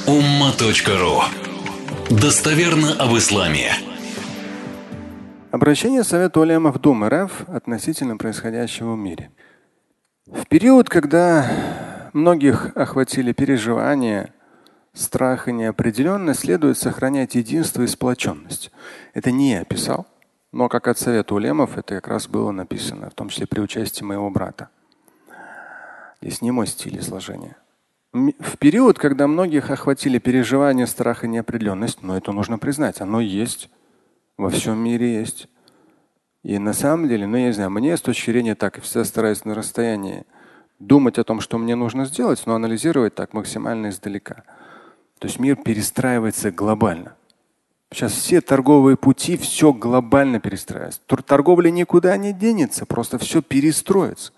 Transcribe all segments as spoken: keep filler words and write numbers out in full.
Умма.ру. Достоверно об исламе. Обращение Совета улемов Думы РФ относительно происходящего в мире. В период, когда многих охватили переживания, страх и неопределенность, следует сохранять единство и сплоченность. Это не я писал, но как от Совета улемов это как раз было написано, в том числе при участии моего брата. Здесь не мой стиль изложения. В период, когда многих охватили переживания, страх и неопределенность, но это нужно признать, оно есть, во всем мире есть. И на самом деле, ну я не знаю, мне с точки зрения так, всегда стараюсь на расстоянии думать о том, что мне нужно сделать, но анализировать так максимально издалека. То есть мир перестраивается глобально. Сейчас все торговые пути, все глобально перестраивается. Торговля никуда не денется, просто все перестроится.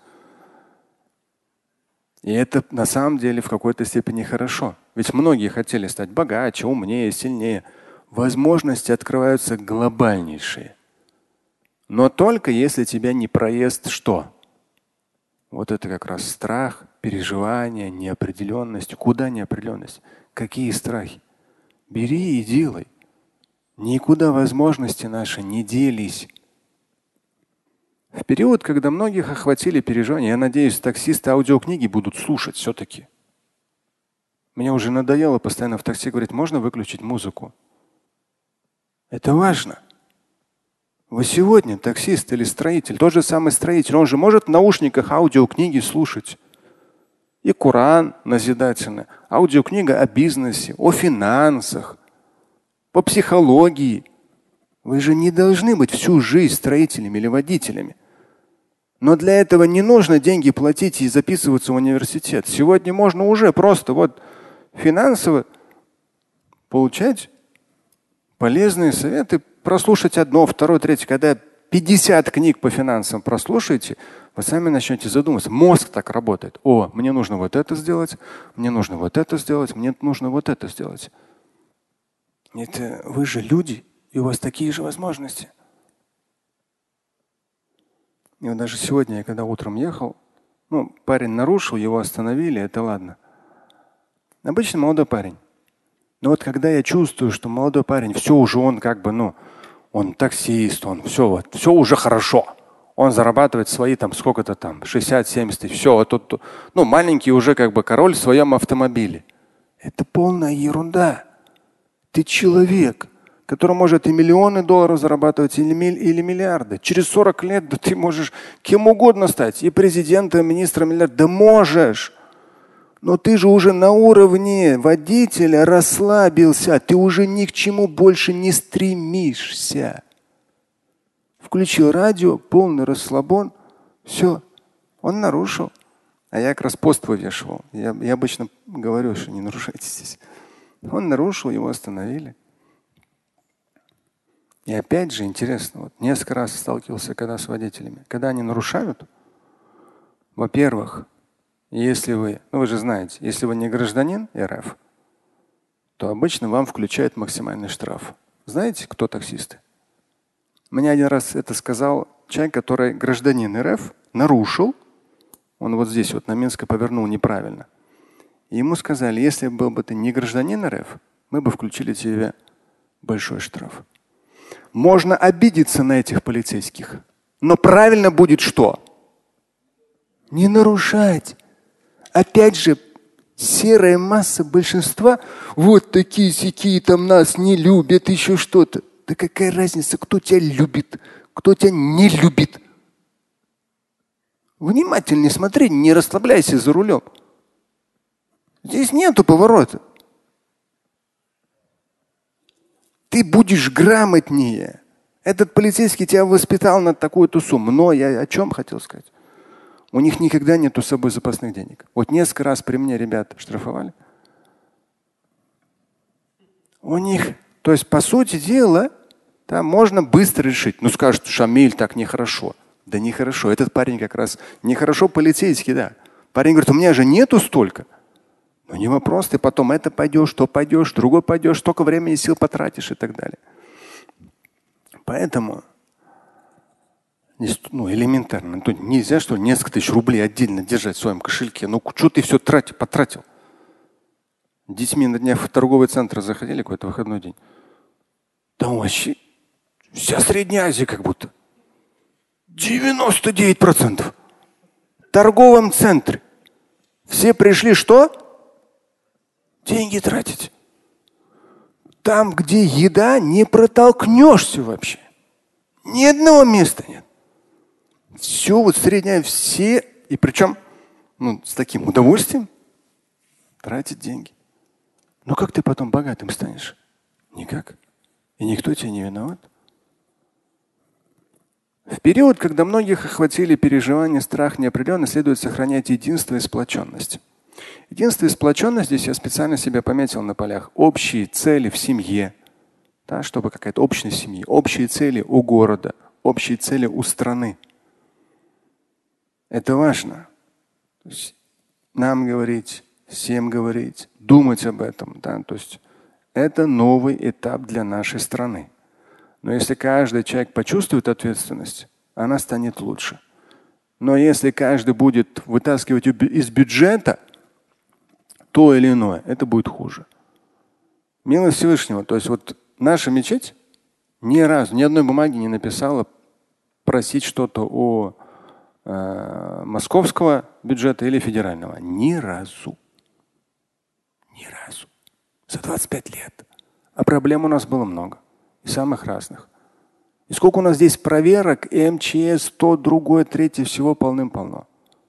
И это на самом деле в какой-то степени хорошо. Ведь многие хотели стать богаче, умнее, сильнее. Возможности открываются глобальнейшие. Но только если тебя не проест что? Вот это как раз страх, переживание, неопределенность. Куда неопределенность? Какие страхи? Бери и делай. Никуда возможности наши не делись. В период, когда многих охватили переживания, я надеюсь, таксисты аудиокниги будут слушать все-таки. Мне уже надоело постоянно в такси говорить, можно выключить музыку? Это важно. Вы сегодня таксист или строитель, тот же самый строитель, он же может в наушниках аудиокниги слушать. И Коран назидательный, аудиокнига о бизнесе, о финансах, по психологии. Вы же не должны быть всю жизнь строителями или водителями. Но для этого не нужно деньги платить и записываться в университет. Сегодня можно уже просто вот финансово получать полезные советы, прослушать одно, второе, третье. Когда пятьдесят книг по финансам прослушаете, вы сами начнете задумываться. Мозг так работает. О, мне нужно вот это сделать, мне нужно вот это сделать, мне нужно вот это сделать. Это вы же люди, и у вас такие же возможности. И вот даже сегодня, я когда утром ехал, ну, парень нарушил, его остановили, это ладно. Обычно молодой парень. Но вот когда я чувствую, что молодой парень, все уже он как бы, ну, он таксист, он все, вот, все уже хорошо. Он зарабатывает свои там сколько-то там, шестьдесят-семьдесят тысяч. Все, вот тут, ну, маленький уже как бы король в своем автомобиле. Это полная ерунда. Ты человек, который может и миллионы долларов зарабатывать, или, или миллиарды. Через сорок лет да ты можешь кем угодно стать. И президентом, и министром, миллиардом. Да можешь. Но ты же уже на уровне водителя расслабился. Ты уже ни к чему больше не стремишься. Включил радио, полный расслабон. Все. Он нарушил. А я как раз пост вывешивал. Я, я обычно говорю, что не нарушайте здесь. Он нарушил, его остановили. И опять же интересно, вот несколько раз сталкивался когда с водителями. Когда они нарушают, во-первых, если вы, ну вы же знаете, если вы не гражданин РФ, то обычно вам включают максимальный штраф. Знаете, кто таксисты? Мне один раз это сказал человек, который гражданин РФ, нарушил, он вот здесь вот на Минской повернул неправильно. И ему сказали, если был бы ты не гражданин РФ, мы бы включили тебе большой штраф. Можно обидеться на этих полицейских, но правильно будет что? Не нарушать. Опять же, серая масса большинства, вот такие сякие там нас не любят, еще что-то. Да какая разница, кто тебя любит, кто тебя не любит? Внимательнее смотри, не расслабляйся за рулем. Здесь нету поворота. Ты будешь грамотнее. Этот полицейский тебя воспитал на такую-то сумму. Но я о чем хотел сказать? У них никогда нету с собой запасных денег. Вот несколько раз при мне ребята штрафовали. У них, то есть по сути дела, там можно быстро решить. Ну скажут, Шамиль, так нехорошо. Да нехорошо. Этот парень как раз нехорошо полицейский, да. Парень говорит, у меня же нету столько. Но не вопрос, ты потом это пойдешь, то пойдешь, другой пойдешь, столько времени и сил потратишь и так далее. Поэтому ну, элементарно. Ну, нельзя, что ли, несколько тысяч рублей отдельно держать в своем кошельке. Ну, что ты все тратил, потратил? Детьми на днях в торговый центр заходили, какой-то выходной день. Там вообще вся Средняя Азия как будто. девяносто девять процентов. В торговом центре. Все пришли что? Деньги тратить. Там, где еда, не протолкнешься вообще. Ни одного места нет. Все вот Средняя, все, и причем ну, с таким удовольствием тратить деньги. Но как ты потом богатым станешь? Никак. И никто тебе не виноват. В период, когда многих охватили переживания, страх, неопределенность, следует сохранять единство и сплоченность. Единство и сплоченность, здесь я специально себя пометил на полях. Общие цели в семье, да, чтобы какая-то общность семьи, общие цели у города, общие цели у страны. Это важно. То есть нам говорить, всем говорить, думать об этом. Да? То есть это новый этап для нашей страны. Но если каждый человек почувствует ответственность, она станет лучше. Но если каждый будет вытаскивать из бюджета то или иное, это будет хуже. Милость Всевышнего. То есть вот наша мечеть ни разу, ни одной бумаги не написала просить что-то у э, московского бюджета или федерального. Ни разу. Ни разу. За двадцать пять лет. А проблем у нас было много. И самых разных. И сколько у нас здесь проверок, и эм че эс, то, другое, третье, всего полным-полно.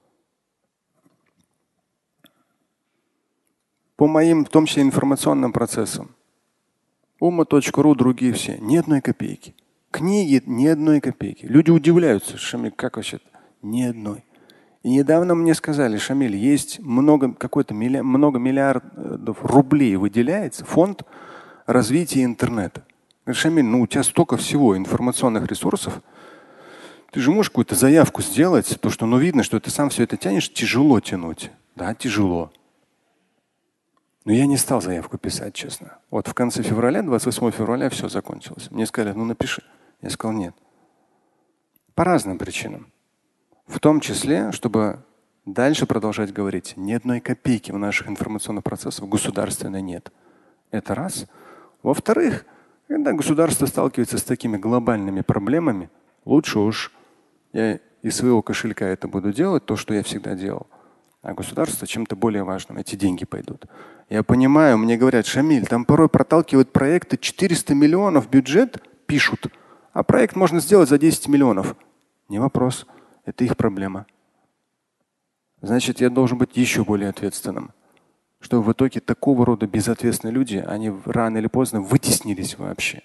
По моим, в том числе, информационным процессам. ума точка ру, другие все. Ни одной копейки. Книги ни одной копейки. Люди удивляются, Шамиль, как вообще? Ни одной. И недавно мне сказали, Шамиль, есть много, какой-то миллиард, много миллиардов рублей выделяется фонд развития интернета. Говорит, Шамиль, ну у тебя столько всего информационных ресурсов. Ты же можешь какую-то заявку сделать, то что ну видно, что ты сам все это тянешь, тяжело тянуть. Да, тяжело. Но я не стал заявку писать, честно. Вот в конце февраля, двадцать восьмого февраля, все закончилось. Мне сказали, ну напиши. Я сказал, нет. По разным причинам. В том числе, чтобы дальше продолжать говорить, ни одной копейки в наших информационных процессах государственной нет. Это раз. Во-вторых, когда государство сталкивается с такими глобальными проблемами, лучше уж я из своего кошелька это буду делать, то, что я всегда делал. А государство чем-то более важным. Эти деньги пойдут. Я понимаю, мне говорят, Шамиль, там порой проталкивают проекты четыреста миллионов бюджет, пишут, а проект можно сделать за десять миллионов. Не вопрос. Это их проблема. Значит, я должен быть еще более ответственным. Чтобы в итоге такого рода безответственные люди, они рано или поздно вытеснились вообще.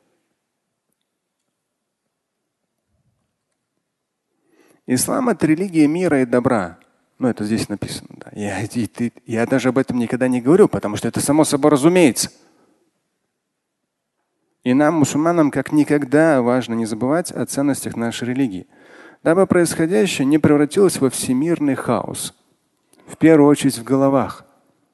Ислам – это религия мира и добра. Ну, это здесь написано. Да. Я, и ты, я даже об этом никогда не говорю, потому что это само собой разумеется. И нам, мусульманам, как никогда важно не забывать о ценностях нашей религии, дабы происходящее не превратилось во всемирный хаос. В первую очередь в головах.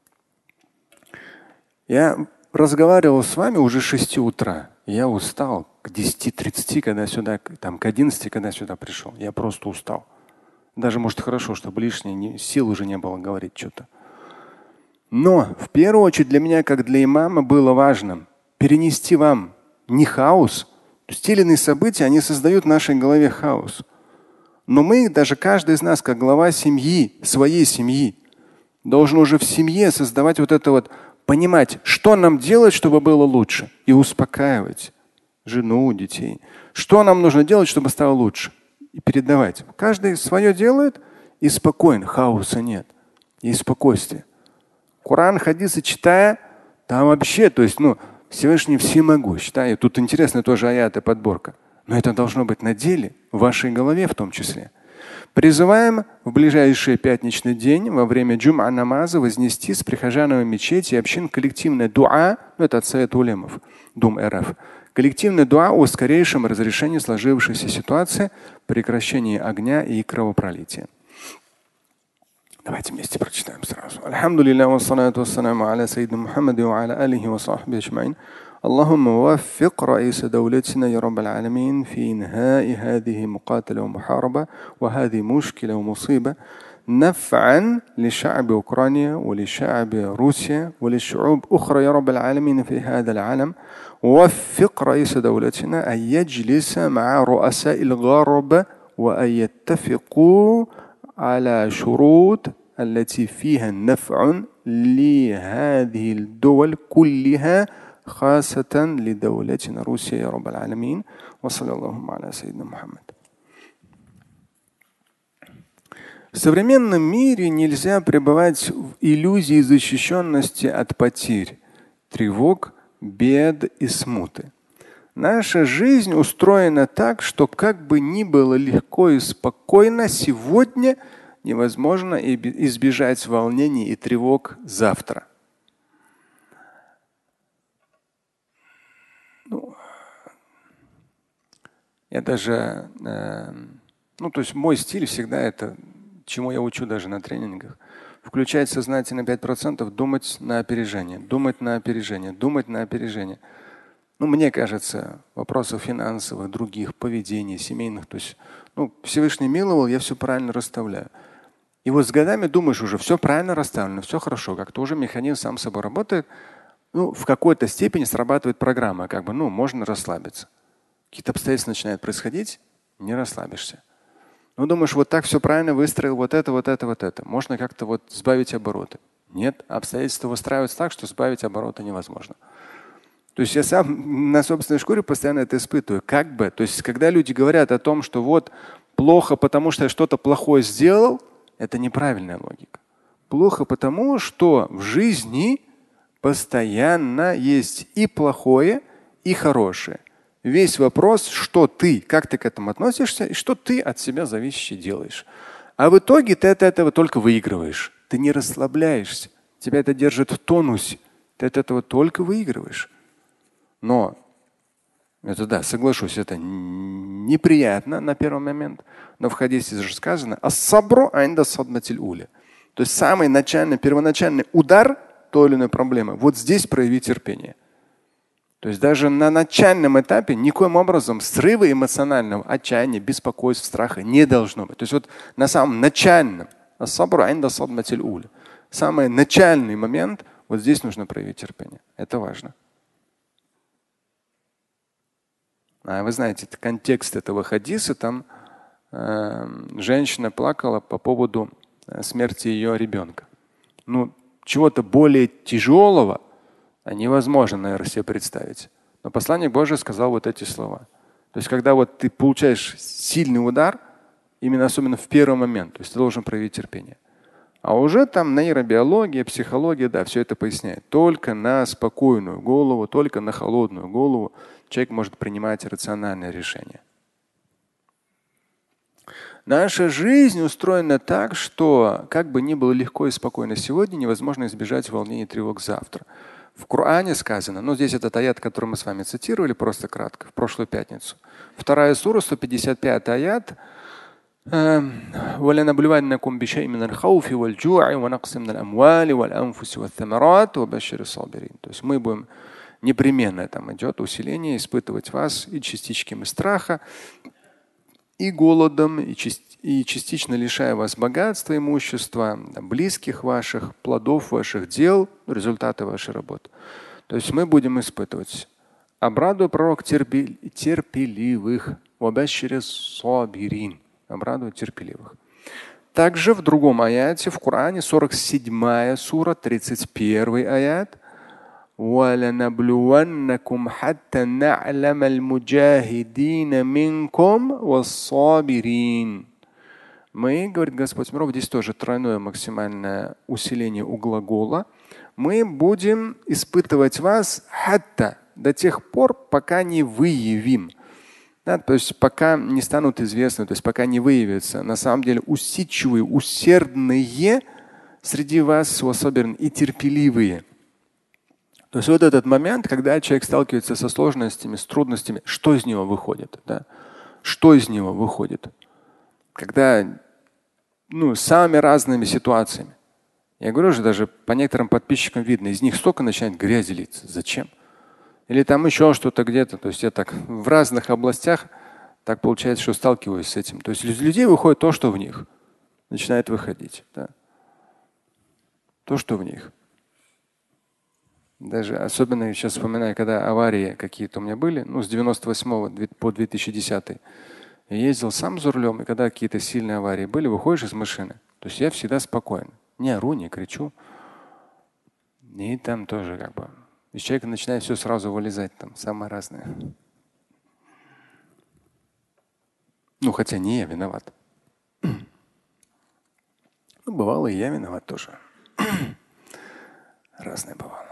Я разговаривал с вами уже с шести утра. Я устал к десяти тридцати, когда сюда, там, к одиннадцати, когда сюда пришел. Я просто устал. Даже, может, хорошо, чтобы лишней сил уже не было говорить что-то. Но в первую очередь для меня, как для имама, было важно перенести вам не хаос. То есть те или иные события, они создают в нашей голове хаос. Но мы, даже каждый из нас, как глава семьи, своей семьи, должен уже в семье создавать вот это вот, понимать, что нам делать, чтобы было лучше, и успокаивать жену, детей. Что нам нужно делать, чтобы стало лучше, и передавать. Каждый свое делает, и спокойно, хаоса нет, и спокойствие. Коран, хадисы читая, там вообще, то есть, ну, Всевышний всемогущ. Да? И тут интересная тоже аят и подборка. Но это должно быть на деле, в вашей голове в том числе. Призываем в ближайший пятничный день во время джум'a намаза вознести с прихожанами мечети и общин коллективное дуа, ну это от Совета улемов, Дум РФ, коллективное дуа о скорейшем разрешении сложившейся ситуации, прекращении огня и кровопролития. Давайте вместе прочитаем сразу. Альхамдулилля ва салату вассаламу аля сайидна Мухаммади ва аля алихи ва сахби аджмаин. اللهم وفق رئيس دولتنا يا رب العالمين في إنهاء هذه مقاتلة ومحاربة وهذه مشكلة ومصيبة نفعا لشعب أوكرانيا ولشعب روسيا ولشعوب أخرى يا رب العالمين في هذا العالم. وفق رئيس دولتنا أن يجلس مع رؤساء الغرب وأن يتفقوا على شروط التي فيها النفع لهذه الدول كلها خاصة لدولتنا روسيا يا رب العالمين. وصلى اللهم على سيدنا محمد. В современном мире нельзя пребывать в иллюзии защищенности от потерь, тревог, бед и смуты. Наша жизнь устроена так, что как бы ни было легко и спокойно сегодня, невозможно избежать волнений и тревог завтра. Ну, я даже, э, ну, то есть мой стиль всегда это, чему я учу даже на тренингах, включать сознательно пять процентов, думать на опережение, думать на опережение, думать на опережение. Ну, мне кажется, вопросов финансовых, других, поведения, семейных, то есть, ну, Всевышний миловал, я все правильно расставляю. И вот с годами думаешь уже, все правильно расставлено, все хорошо, как-то уже механизм сам собой работает. Ну, в какой-то степени срабатывает программа, как бы, ну, можно расслабиться. Какие-то обстоятельства начинают происходить, не расслабишься. Ну, думаешь, вот так все правильно выстроил, вот это, вот это, вот это. Можно как-то вот сбавить обороты. Нет, обстоятельства выстраиваются так, что сбавить обороты невозможно. То есть я сам на собственной шкуре постоянно это испытываю. Как бы, то есть когда люди говорят о том, что вот плохо, потому что я что-то плохое сделал, это неправильная логика. Плохо потому, что в жизни постоянно есть и плохое, и хорошее. Весь вопрос, что ты, как ты к этому относишься, и что ты от себя зависящее делаешь. А в итоге ты от этого только выигрываешь. Ты не расслабляешься. Тебя это держит в тонусе. Ты от этого только выигрываешь. Но это да, соглашусь, это неприятно на первый момент. Но в хадисе же сказано: ас-сабру инда садматиль уля. То есть самый начальный, первоначальный удар той или иной проблемы. Вот здесь прояви терпение. То есть даже на начальном этапе никоим образом срыва эмоционального, отчаяния, беспокойства, страха не должно быть. То есть вот на самом начальном, самый начальный момент, вот здесь нужно проявить терпение. Это важно. А вы знаете, контекст этого хадиса, там э, женщина плакала по поводу смерти ее ребенка. Ну, чего-то более тяжелого невозможно, наверное, себе представить. Но посланник Божий сказал вот эти слова. То есть, когда вот ты получаешь сильный удар, именно особенно в первый момент, то есть ты должен проявить терпение. А уже там нейробиология, психология, да, все это поясняет. Только на спокойную голову, только на холодную голову человек может принимать рациональное решение. Наша жизнь устроена так, что как бы ни было легко и спокойно сегодня, невозможно избежать волнений и тревог завтра. В Коране сказано, ну здесь этот аят, который мы с вами цитировали, просто кратко, в прошлую пятницу. Вторая сура, сто пятьдесят пятый аят. وَلَنَبْلُوَنَّكُمْ بِشَيْءٍ مِنَ الْخَوْفِ وَالْجُوعِ وَنَقْصٍ مِنَ الْأَمْوَالِ وَالْأَنْفُسِ وَالثَّمَرَاتِ وَبَشِّرِ الصَّابِرِينَ. То есть мы будем непременно, там идет усиление, испытывать вас и частичками страха, и голодом, и, част, и частично лишая вас богатства, имущества, близких ваших, плодов ваших дел, результаты вашей работы. То есть мы будем испытывать. Обрадуй пророк терпи, терпеливых. وَبَشِّرِ الصَّابِرِينَ. Обрадует терпеливых. Также в другом аяте в Коране, сорок седьмая сура, тридцать первый аят. وَلَنَبْلُوَنَّكُمْ حَتَّى نَعْلَمَ الْمُجَاهِدِينَ مِنْكُمْ وَالصَّابِرِينَ. Мы, говорит Господь миров, здесь тоже тройное максимальное усиление у глагола. Мы будем испытывать вас хатта, до тех пор, пока не выявим. Да, то есть пока не станут известны, то есть пока не выявятся на самом деле усидчивые, усердные среди вас особенно и терпеливые. То есть вот этот момент, когда человек сталкивается со сложностями, с трудностями, что из него выходит? Да? Что из него выходит? Когда ну, самыми разными ситуациями. Я говорю же, даже по некоторым подписчикам видно, из них столько начинает грязи литься. Зачем? Или там еще что-то где-то. То есть я так в разных областях так получается, что сталкиваюсь с этим. То есть из людей выходит то, что в них. начинает выходить. Да. То, что в них. Даже особенно я сейчас вспоминаю, когда аварии какие-то у меня были, ну, с девяносто восьмого по две тысячи десятый. Я ездил сам за рулем, и когда какие-то сильные аварии были, выходишь из машины. То есть я всегда спокоен. Не ору, не кричу. И там тоже как бы. Из человека начинает все сразу вылезать, там самое разное. Ну, хотя не я виноват. Ну, бывало, и я виноват тоже. Разное бывало.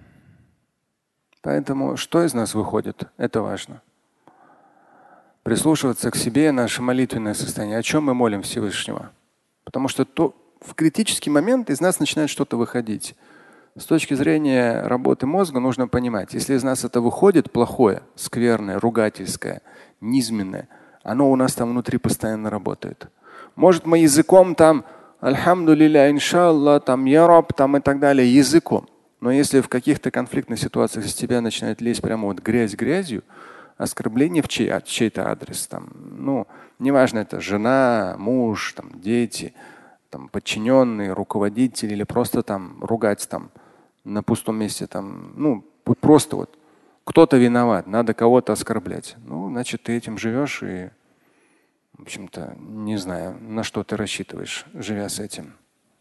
Поэтому что из нас выходит, это важно. Прислушиваться к себе, наше молитвенное состояние. О чем мы молим Всевышнего? Потому что то, в критический момент из нас начинает что-то выходить. С точки зрения работы мозга нужно понимать, если из нас это выходит плохое, скверное, ругательское, низменное, оно у нас там внутри постоянно работает. Может, мы языком там, альхамдулилля, иншаллах, там, я раб, там и так далее, языком. Но если в каких-то конфликтных ситуациях из тебя начинает лезть прямо вот грязь грязью, оскорбление в чей, чей-то адрес, там, ну, неважно, это жена, муж, там, дети, там, подчиненные, руководитель или просто там ругать там на пустом месте, там, ну, просто вот кто-то виноват, надо кого-то оскорблять. Ну, значит, ты этим живешь и, в общем-то, не знаю, на что ты рассчитываешь, живя с этим.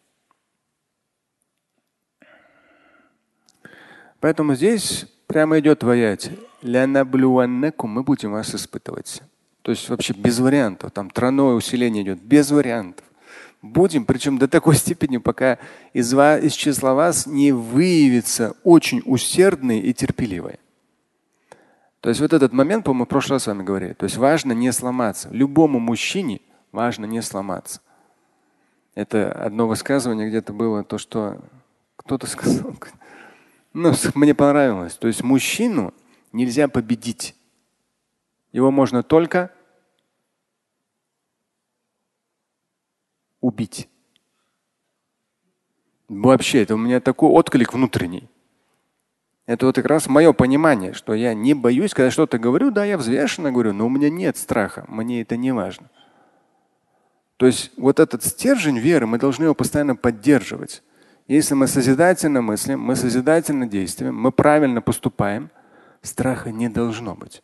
Поэтому здесь прямо идет в аяте. Мы будем вас испытывать. То есть вообще без вариантов. Там тройное усиление идет. Без вариантов. Будем, причем до такой степени, пока из, вас, из числа вас не выявится очень усердные и терпеливые. То есть вот этот момент, по-моему, в прошлый раз с вами говорили. То есть важно не сломаться. Любому мужчине важно не сломаться. Это одно высказывание где-то было, то, что кто-то сказал. Ну, мне понравилось. То есть мужчину нельзя победить. Его можно только убить. Вообще, это у меня такой отклик внутренний. Это вот как раз мое понимание, что я не боюсь, когда что-то говорю, да, я взвешенно говорю, но у меня нет страха, мне это не важно. То есть вот этот стержень веры, мы должны его постоянно поддерживать. Если мы созидательно мыслим, мы созидательно действуем, мы правильно поступаем, страха не должно быть.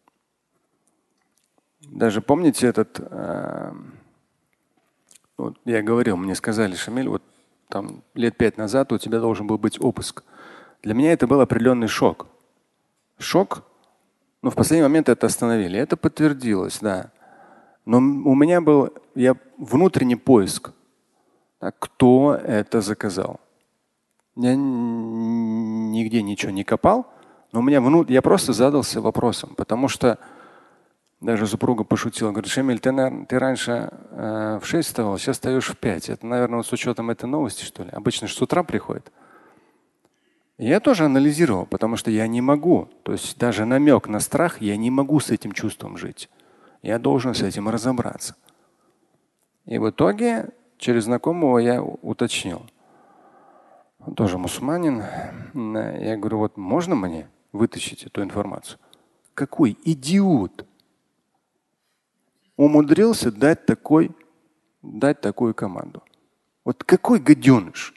Даже помните этот, э, вот я говорил, мне сказали, Шамиль, вот там лет пять назад у тебя должен был быть обыск. Для меня это был определенный шок. Шок, но в последний момент это остановили. Это подтвердилось, да. Но у меня был я, внутренний поиск. А кто это заказал? Я нигде ничего не копал, но у меня внут... я просто задался вопросом, потому что даже супруга пошутила, говорит, Шамиль, ты, наверное, ты раньше э, в шесть вставал, сейчас встаешь в пять. Это, наверное, вот с учетом этой новости, что ли? Обычно с утра приходит. И я тоже анализировал, потому что я не могу, то есть даже намек на страх, я не могу с этим чувством жить. Я должен с этим разобраться. И в итоге через знакомого я уточнил. Он тоже мусульманин. Я говорю, вот можно мне вытащить эту информацию? Какой идиот умудрился дать, такой, дать такую команду? Вот какой гаденыш?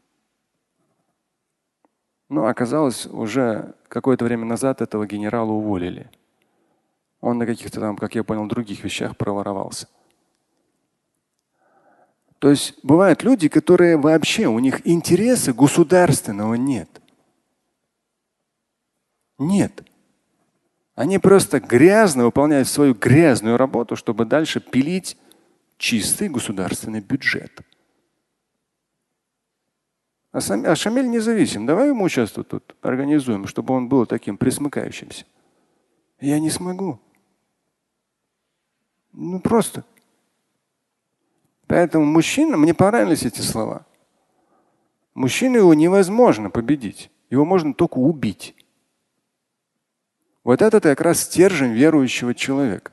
Ну, оказалось, уже какое-то время назад этого генерала уволили. Он на каких-то там, как я понял, других вещах проворовался. То есть бывают люди, которые вообще, у них интереса государственного нет. Нет. Они просто грязно выполняют свою грязную работу, чтобы дальше пилить чистый государственный бюджет. А, сам, а Шамиль независим. Давай ему сейчас тут, тут организуем, чтобы он был таким присмыкающимся. Я не смогу. Ну просто. Поэтому мужчина, мне понравились эти слова. Мужчину его невозможно победить. Его можно только убить. Вот это как раз стержень верующего человека.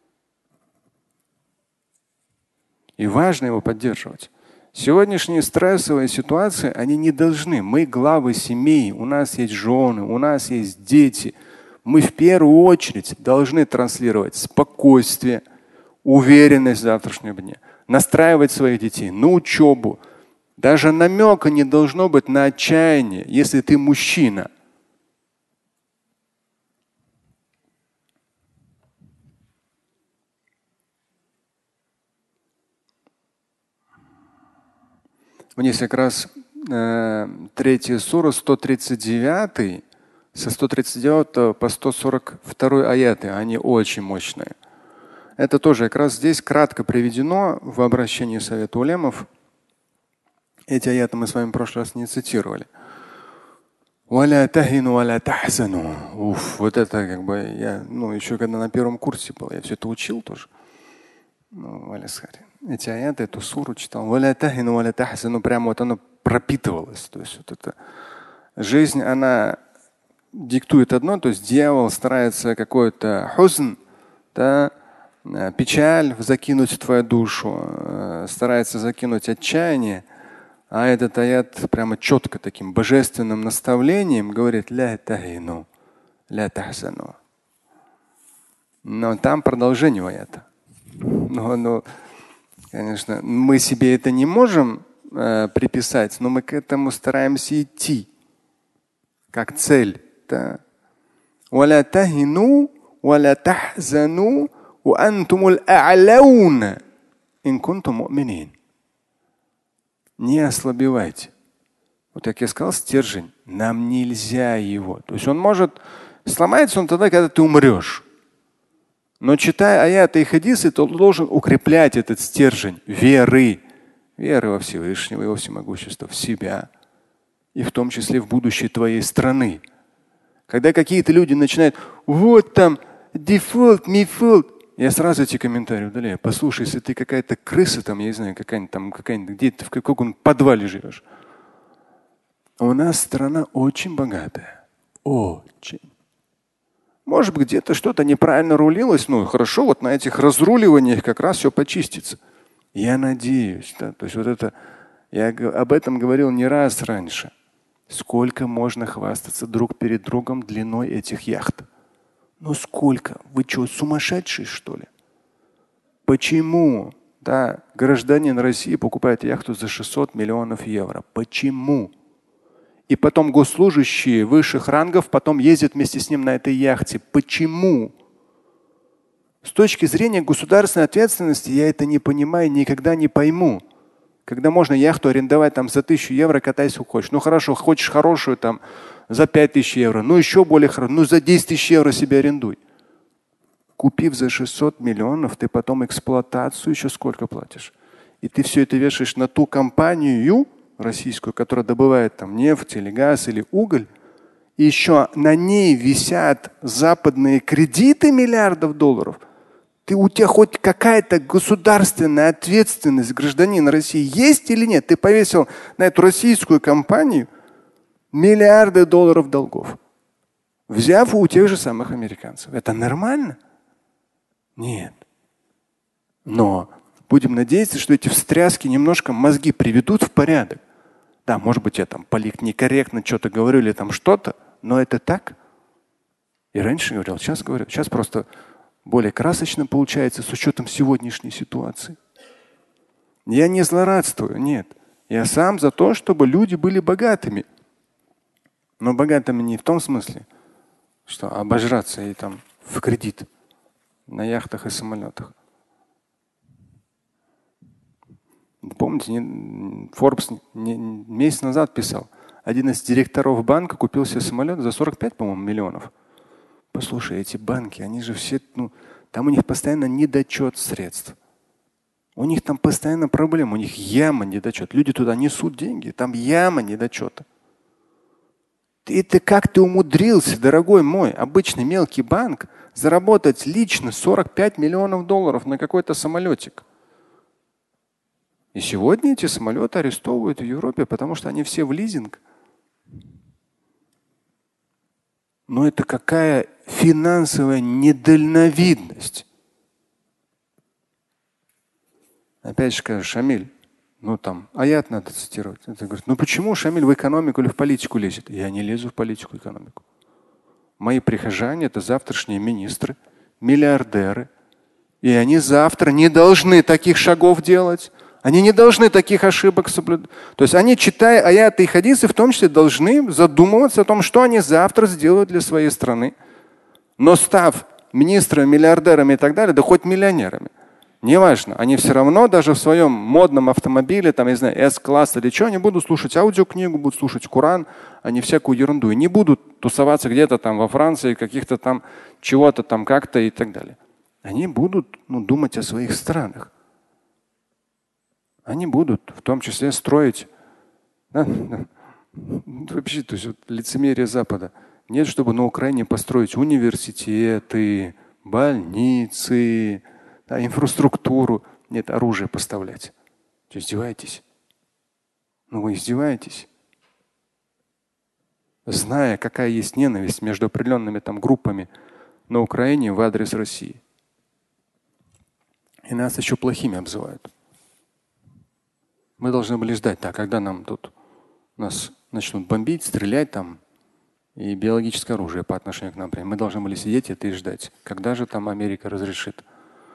И важно его поддерживать. Сегодняшние стрессовые ситуации, они не должны. Мы главы семей, у нас есть жены, у нас есть дети. Мы в первую очередь должны транслировать спокойствие, уверенность в завтрашнем дне. настраивать своих детей на учебу. Даже намека не должно быть на отчаяние, если ты мужчина. Вниз как раз э, третья сура, сто тридцать девятый, со сто тридцать девятого по сто сорок второй аяты, они очень мощные. Это тоже как раз здесь кратко приведено в обращении Совета улемов. Эти аяты мы с вами в прошлый раз не цитировали. Уф, вот это как бы я, ну, еще когда на первом курсе был, я все это учил тоже. Ну, эти аяты, эту суру читал. Ну, прямо вот оно пропитывалось. То есть вот эта жизнь, она диктует одно, то есть дьявол старается какой-то хузн, да, печаль закинуть в твою душу, старается закинуть отчаяние. А этот аят прямо четко таким божественным наставлением говорит ля тахину, ля тахсану. Но там продолжение аята. Но, но, конечно, мы себе это не можем э, приписать, но мы к этому стараемся идти как цель. Да. وَلَا تَهِنُوا وَلَا تَحْزَنُوا وَأَنْتُمُ الْأَعْلَوْنَ إِن كُنتُم مُؤْمِنِينَ. Не ослабевайте. Вот как я сказал, стержень. Нам нельзя его. То есть он может сломается он тогда, когда ты умрешь. Но читая аяты и хадисы, ты должен укреплять этот стержень веры. Веры во Всевышнего, Его всемогущество, в себя. И в том числе в будущее твоей страны. Когда какие-то люди начинают, вот там, дефолт, мифолт. Я сразу эти комментарии удаляю. Послушай, если ты какая-то крыса, там, я не знаю, какая-нибудь там, какая-нибудь, где ты в каком подвале живешь. У нас страна очень богатая. Очень. Может быть, где-то что-то неправильно рулилось. Ну, хорошо, вот на этих разруливаниях как раз все почистится. Я надеюсь. Да? То есть вот это, я об этом говорил не раз раньше. Сколько можно хвастаться друг перед другом длиной этих яхт? Ну сколько? Вы что, сумасшедшие, что ли? Почему, да, гражданин России покупает яхту за шестьсот миллионов евро? Почему? И потом госслужащие высших рангов потом ездят вместе с ним на этой яхте. Почему? С точки зрения государственной ответственности я это не понимаю, никогда не пойму. Когда можно яхту арендовать там за тысячу евро, катайся хочешь. Ну хорошо, хочешь хорошую там за пять тысяч евро, ну еще более хорошо, ну за десять тысяч евро себе арендуй. Купив за шестьсот миллионов, ты потом эксплуатацию еще сколько платишь. И ты все это вешаешь на ту компанию российскую, которая добывает там нефть или газ или уголь. И еще на ней висят западные кредиты миллиардов долларов. Ты, у тебя хоть какая-то государственная ответственность гражданина России есть или нет? Ты повесил на эту российскую компанию миллиарды долларов долгов, взяв у тех же самых американцев. Это нормально? Нет. Но будем надеяться, что эти встряски немножко мозги приведут в порядок. Да, может быть, я там некорректно что-то говорю или там что-то, но это так. И раньше говорил, сейчас говорю. Сейчас просто более красочно получается с учетом сегодняшней ситуации. Я не злорадствую, нет. Я сам за то, чтобы люди были богатыми. Но богатыми не в том смысле, что обожраться и там в кредит на яхтах и самолетах. Помните, Forbes месяц назад писал, один из директоров банка купил себе самолет за сорок пять, по-моему, миллионов. Послушай, эти банки, они же все, ну, там у них постоянно недочет средств. У них там постоянно проблема, у них яма недочет. Люди туда несут деньги, там яма недочета. Ты, ты как ты умудрился, дорогой мой, обычный мелкий банк, заработать лично сорок пять миллионов долларов на какой-то самолетик? И сегодня эти самолеты арестовывают в Европе, потому что они все в лизинг. Но это какая финансовая недальновидность. Опять же скажешь, Шамиль, ну там аят надо цитировать. Это говорит, ну почему Шамиль в экономику или в политику лезет? Я не лезу в политику и экономику. Мои прихожане – это завтрашние министры, миллиардеры. И они завтра не должны таких шагов делать. Они не должны таких ошибок соблюдать. То есть они, читая аяты и хадисы, в том числе должны задумываться о том, что они завтра сделают для своей страны. Но став министрами, миллиардерами и так далее, да хоть миллионерами, неважно, они все равно даже в своем модном автомобиле, там, я знаю, С-класс или что, они будут слушать аудиокнигу, будут слушать Коран, а не всякую ерунду. И не будут тусоваться где-то там во Франции, каких-то там чего-то там как-то и так далее. Они будут ну, думать о своих странах. Они будут в том числе строить. Да, да. Вообще, то есть вот, лицемерие Запада. Нет, чтобы на Украине построить университеты, больницы, да, инфраструктуру. Нет, оружие поставлять. Что, издеваетесь? Ну вы издеваетесь? Зная, какая есть ненависть между определенными там группами на Украине в адрес России. И нас еще плохими обзывают. Мы должны были ждать, так, когда нам тут нас начнут бомбить, стрелять там и биологическое оружие по отношению к нам. Мы должны были сидеть это и ждать. Когда же там Америка разрешит?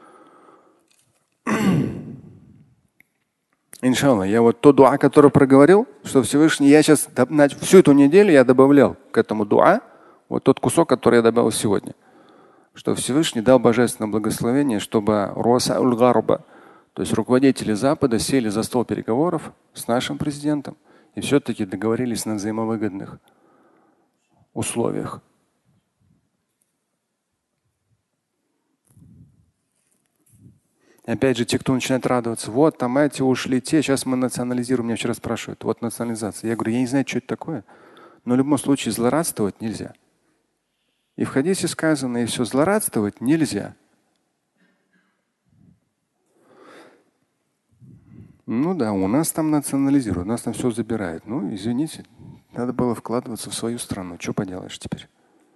Иншалла, я вот то дуа, который проговорил, что Всевышний, я сейчас всю эту неделю я добавлял к этому дуа, вот тот кусок, который я добавил сегодня, что Всевышний дал божественное благословение, чтобы руаса уль-гарба, то есть руководители Запада сели за стол переговоров с нашим президентом и все-таки договорились на взаимовыгодных условиях. И опять же, те, кто начинает радоваться, вот там эти ушли, те, сейчас мы национализируем. Меня вчера спрашивают, вот национализация. Я говорю, я не знаю, что это такое, но в любом случае злорадствовать нельзя. И в хадисе сказано, и все, злорадствовать нельзя. Ну да, у нас там национализируют, у нас там все забирают. Ну, извините, надо было вкладываться в свою страну. Что поделаешь теперь?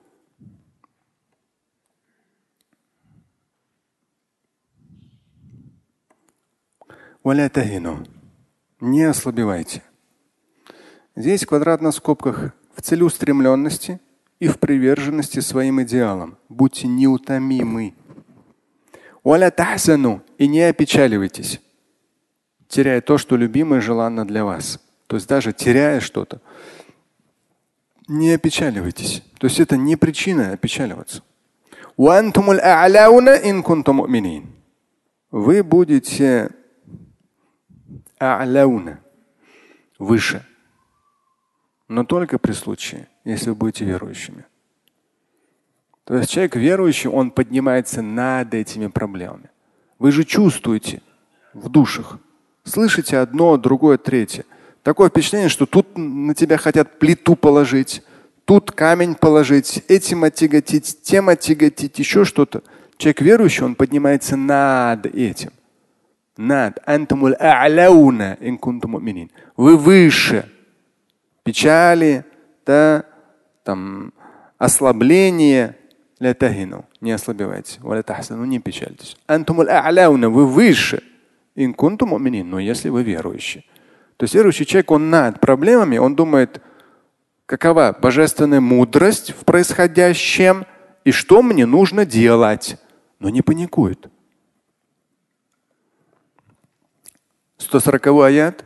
Валя тахину. Не ослабевайте. Здесь квадрат на скобках в целеустремленности и в приверженности своим идеалам. Будьте неутомимы. Валя тахсану. И не опечаливайтесь, теряя то, что любимо и желанно для вас. То есть даже теряя что-то, не опечаливайтесь. То есть это не причина опечаливаться. Вы будете выше, но только при случае, если вы будете верующими. То есть человек верующий, он поднимается над этими проблемами. Вы же чувствуете в душах. Слышите одно, другое, третье. Такое впечатление, что тут на тебя хотят плиту положить, тут камень положить, этим отяготить, тем отяготить, еще что-то. Человек верующий, он поднимается над этим. Над. Вы выше. Печали, да, там, ослабление. Не ослабевайте. Не печальтесь. Вы выше. Но если вы верующий. То есть верующий человек, он над проблемами, он думает, какова божественная мудрость в происходящем и что мне нужно делать. Но не паникует. сто сороковой аят.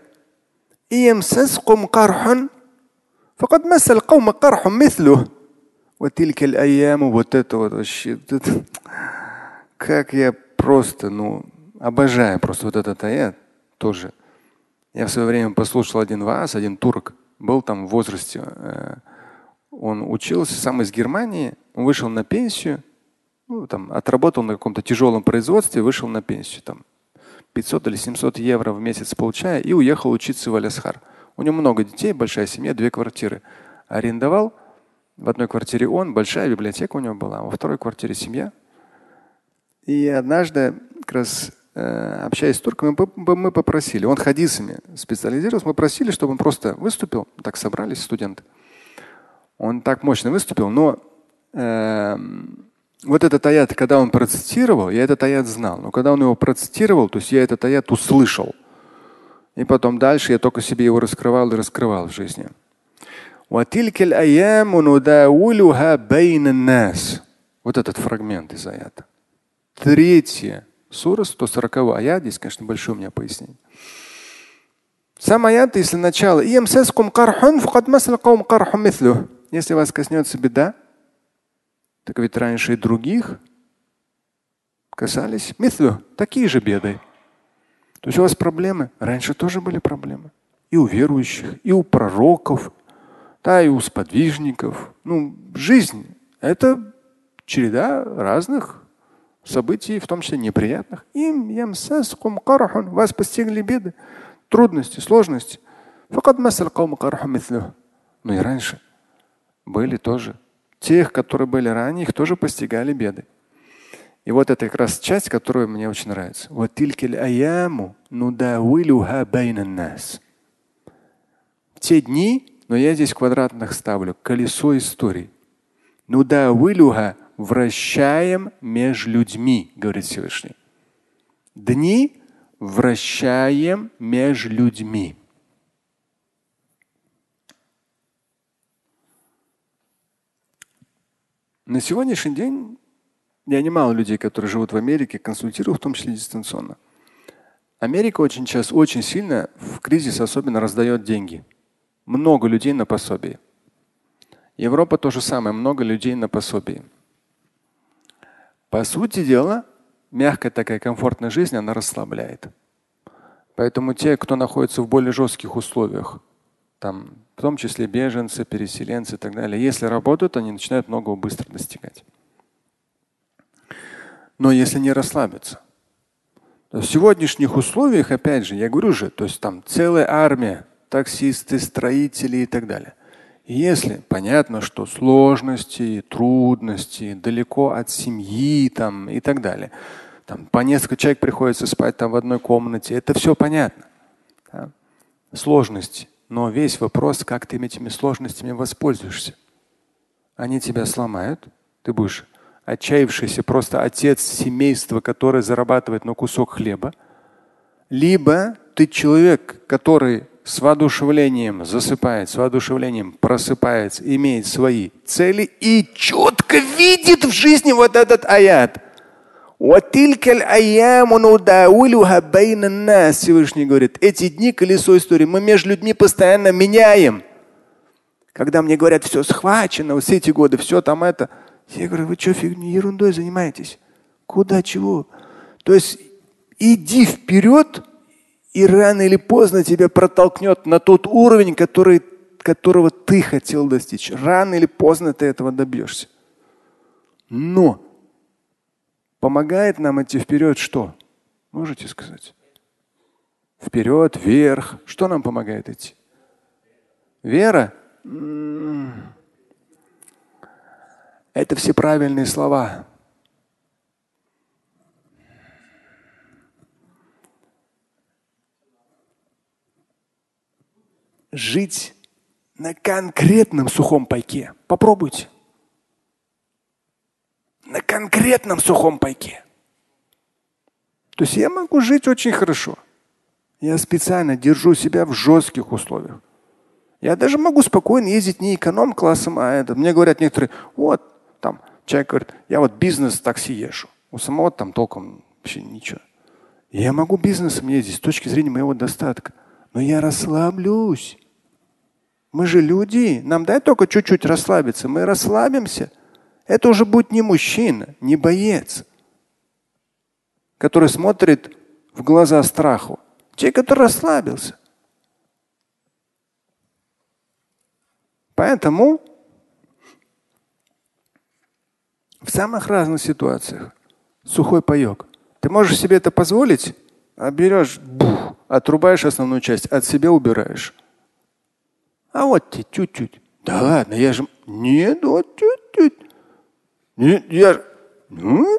Вот это вот вообще. Как я просто, ну, обожаю просто вот этот аят тоже. Я в свое время послушал один ваас, один турок, был там в возрасте. Он учился, сам из Германии, он вышел на пенсию, ну, там, отработал на каком-то тяжелом производстве, вышел на пенсию. Там, пятьсот или семьсот евро в месяц получая, и уехал учиться в Аль-Асхар. У него много детей, большая семья, две квартиры. Арендовал. В одной квартире он, большая библиотека у него была, а во второй квартире семья. И однажды, как раз э, общаясь с турками, мы, мы попросили, он хадисами специализировался, мы просили, чтобы он просто выступил. Так собрались студенты. Он так мощно выступил, но э, вот этот аят, когда он процитировал, я этот аят знал. Но когда он его процитировал, то есть я этот аят услышал. И потом дальше я только себе его раскрывал и раскрывал в жизни. Вот этот фрагмент из аята. Третье Сура сто сорок аят. Здесь, конечно, большое у меня пояснение. Сам аят, если начало. Если вас коснется беда, так ведь раньше и других касались мислю, такие же беды. То есть у вас проблемы. Раньше тоже были проблемы. И у верующих, и у пророков, да, и у сподвижников. Ну, жизнь – это череда разных событий, в том числе неприятных. Им ямсаскум кархун. Вас постигли беды, трудности, сложности. Ну и раньше были тоже. Тех, которые были ранее, их тоже постигали беды. И вот это как раз часть, которая мне очень нравится. Те дни, но я здесь в квадратных ставлю, колесо истории. Вращаем между людьми, говорит Всевышний. Дни вращаем между людьми. На сегодняшний день я немало людей, которые живут в Америке, консультирую, в том числе дистанционно. Америка очень часто, очень сильно в кризис особенно раздает деньги. Много людей на пособии. Европа то же самое, много людей на пособии. По сути дела, мягкая такая комфортная жизнь, она расслабляет. Поэтому те, кто находится в более жестких условиях, там, в том числе беженцы, переселенцы и так далее, если работают, они начинают многого быстро достигать. Но если не расслабиться, то в сегодняшних условиях, опять же, я говорю же, то есть там целая армия, таксисты, строители и так далее. Если понятно, что сложности, трудности, далеко от семьи там, и так далее, там по несколько человек приходится спать там в одной комнате, это все понятно. Да? Сложности. Но весь вопрос, как ты этими сложностями воспользуешься. Они тебя сломают, ты будешь отчаявшийся просто отец семейства, который зарабатывает на кусок хлеба. Либо ты человек, который с воодушевлением засыпает, с воодушевлением просыпается, имеет свои цели и четко видит в жизни вот этот аят. Всевышний говорит, эти дни колесо истории мы между людьми постоянно меняем. Когда мне говорят, все схвачено, вот все эти годы, все там это. Я говорю, вы что, фигней, ерундой занимаетесь? Куда, чего? То есть иди вперед, и рано или поздно тебя протолкнет на тот уровень, который, которого ты хотел достичь. Рано или поздно ты этого добьешься. Но помогает нам идти вперед что? Можете сказать? Вперед, вверх. Что нам помогает идти? Вера? Это все правильные слова. Жить на конкретном сухом пайке. Попробуйте. На конкретном сухом пайке. То есть я могу жить очень хорошо. Я специально держу себя в жестких условиях. Я даже могу спокойно ездить не эконом-классом, а это. Мне говорят некоторые, вот там человек говорит, я вот бизнес-такси езжу. У самого там толком вообще ничего. Я могу бизнесом ездить с точки зрения моего достатка. Но я расслаблюсь. Мы же люди. Нам дай только чуть-чуть расслабиться. Мы расслабимся. Это уже будет не мужчина, не боец, который смотрит в глаза страху. Человек, который расслабился. Поэтому в самых разных ситуациях сухой паек. Ты можешь себе это позволить, а берешь, бух, отрубаешь основную часть, от себя убираешь. А вот тебе чуть-чуть. Да ладно, я же… Нет, вот чуть-чуть. Нет, я же… Ну?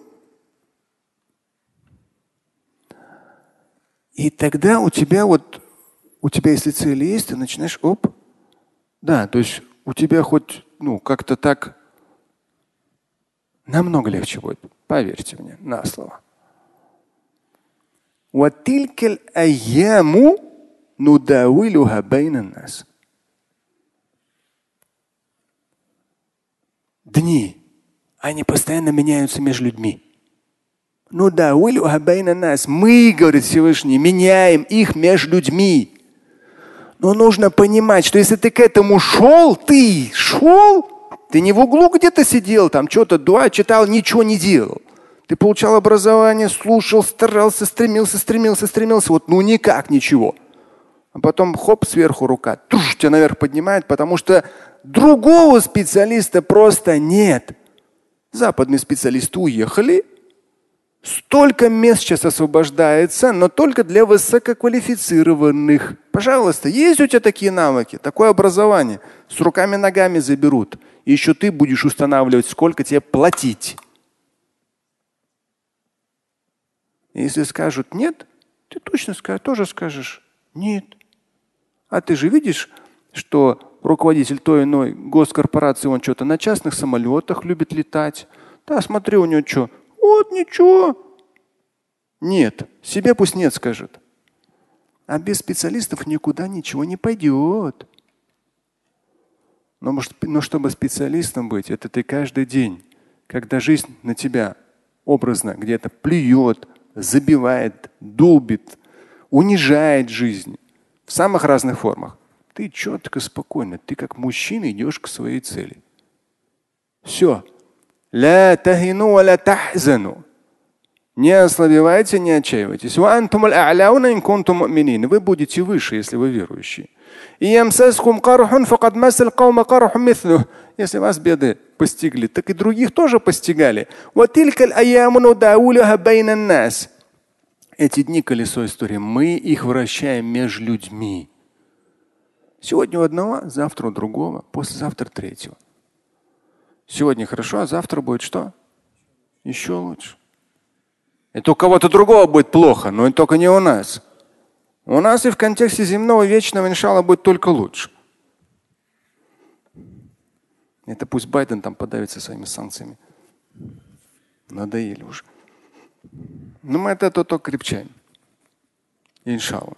И тогда у тебя вот, у тебя если цели есть, ты начинаешь, оп. Да, то есть у тебя хоть, ну, как-то так намного легче будет. Поверьте мне, на слово. Дни, они постоянно меняются между людьми. Ну да, нас. Мы, говорит Всевышний, меняем их между людьми. Но нужно понимать, что если ты к этому шел, ты шел, ты не в углу где-то сидел, там что-то дуа читал, ничего не делал. Ты получал образование, слушал, старался, стремился, стремился, стремился. Вот ну никак ничего. А потом хоп, сверху рука, туш, тебя наверх поднимает, потому что другого специалиста просто нет. Западные специалисты уехали. Столько мест сейчас освобождается, но только для высококвалифицированных. Пожалуйста, есть у тебя такие навыки, такое образование, с руками-ногами заберут. И еще ты будешь устанавливать, сколько тебе платить. Если скажут нет, ты точно скажешь, тоже скажешь нет. А ты же видишь, что руководитель той иной госкорпорации, он что-то на частных самолетах любит летать. Да, смотри, у него что? Вот ничего. Нет. Себе пусть нет скажет. А без специалистов никуда ничего не пойдет. Но, может, но чтобы специалистом быть, это ты каждый день, когда жизнь на тебя образно где-то плюет, забивает, долбит, унижает жизнь в самых разных формах. Ты четко, спокойно, ты как мужчина идешь к своей цели. Все. لا تهنوا ولا تحزنوا. Не ослабевайте, не отчаивайтесь. Вы будете выше, если вы верующие. Если вас беды постигли, так и других тоже постигали. Эти дни колесо истории, мы их вращаем между людьми. Сегодня у одного, завтра у другого, послезавтра третьего. Сегодня хорошо, а завтра будет что? Еще лучше. Это у кого-то другого будет плохо, но только не у нас. У нас и в контексте земного вечного, иншалла, будет только лучше. Это пусть Байден там подавится своими санкциями. Надоели уже. Но мы от этого только крепчаем. Иншалла.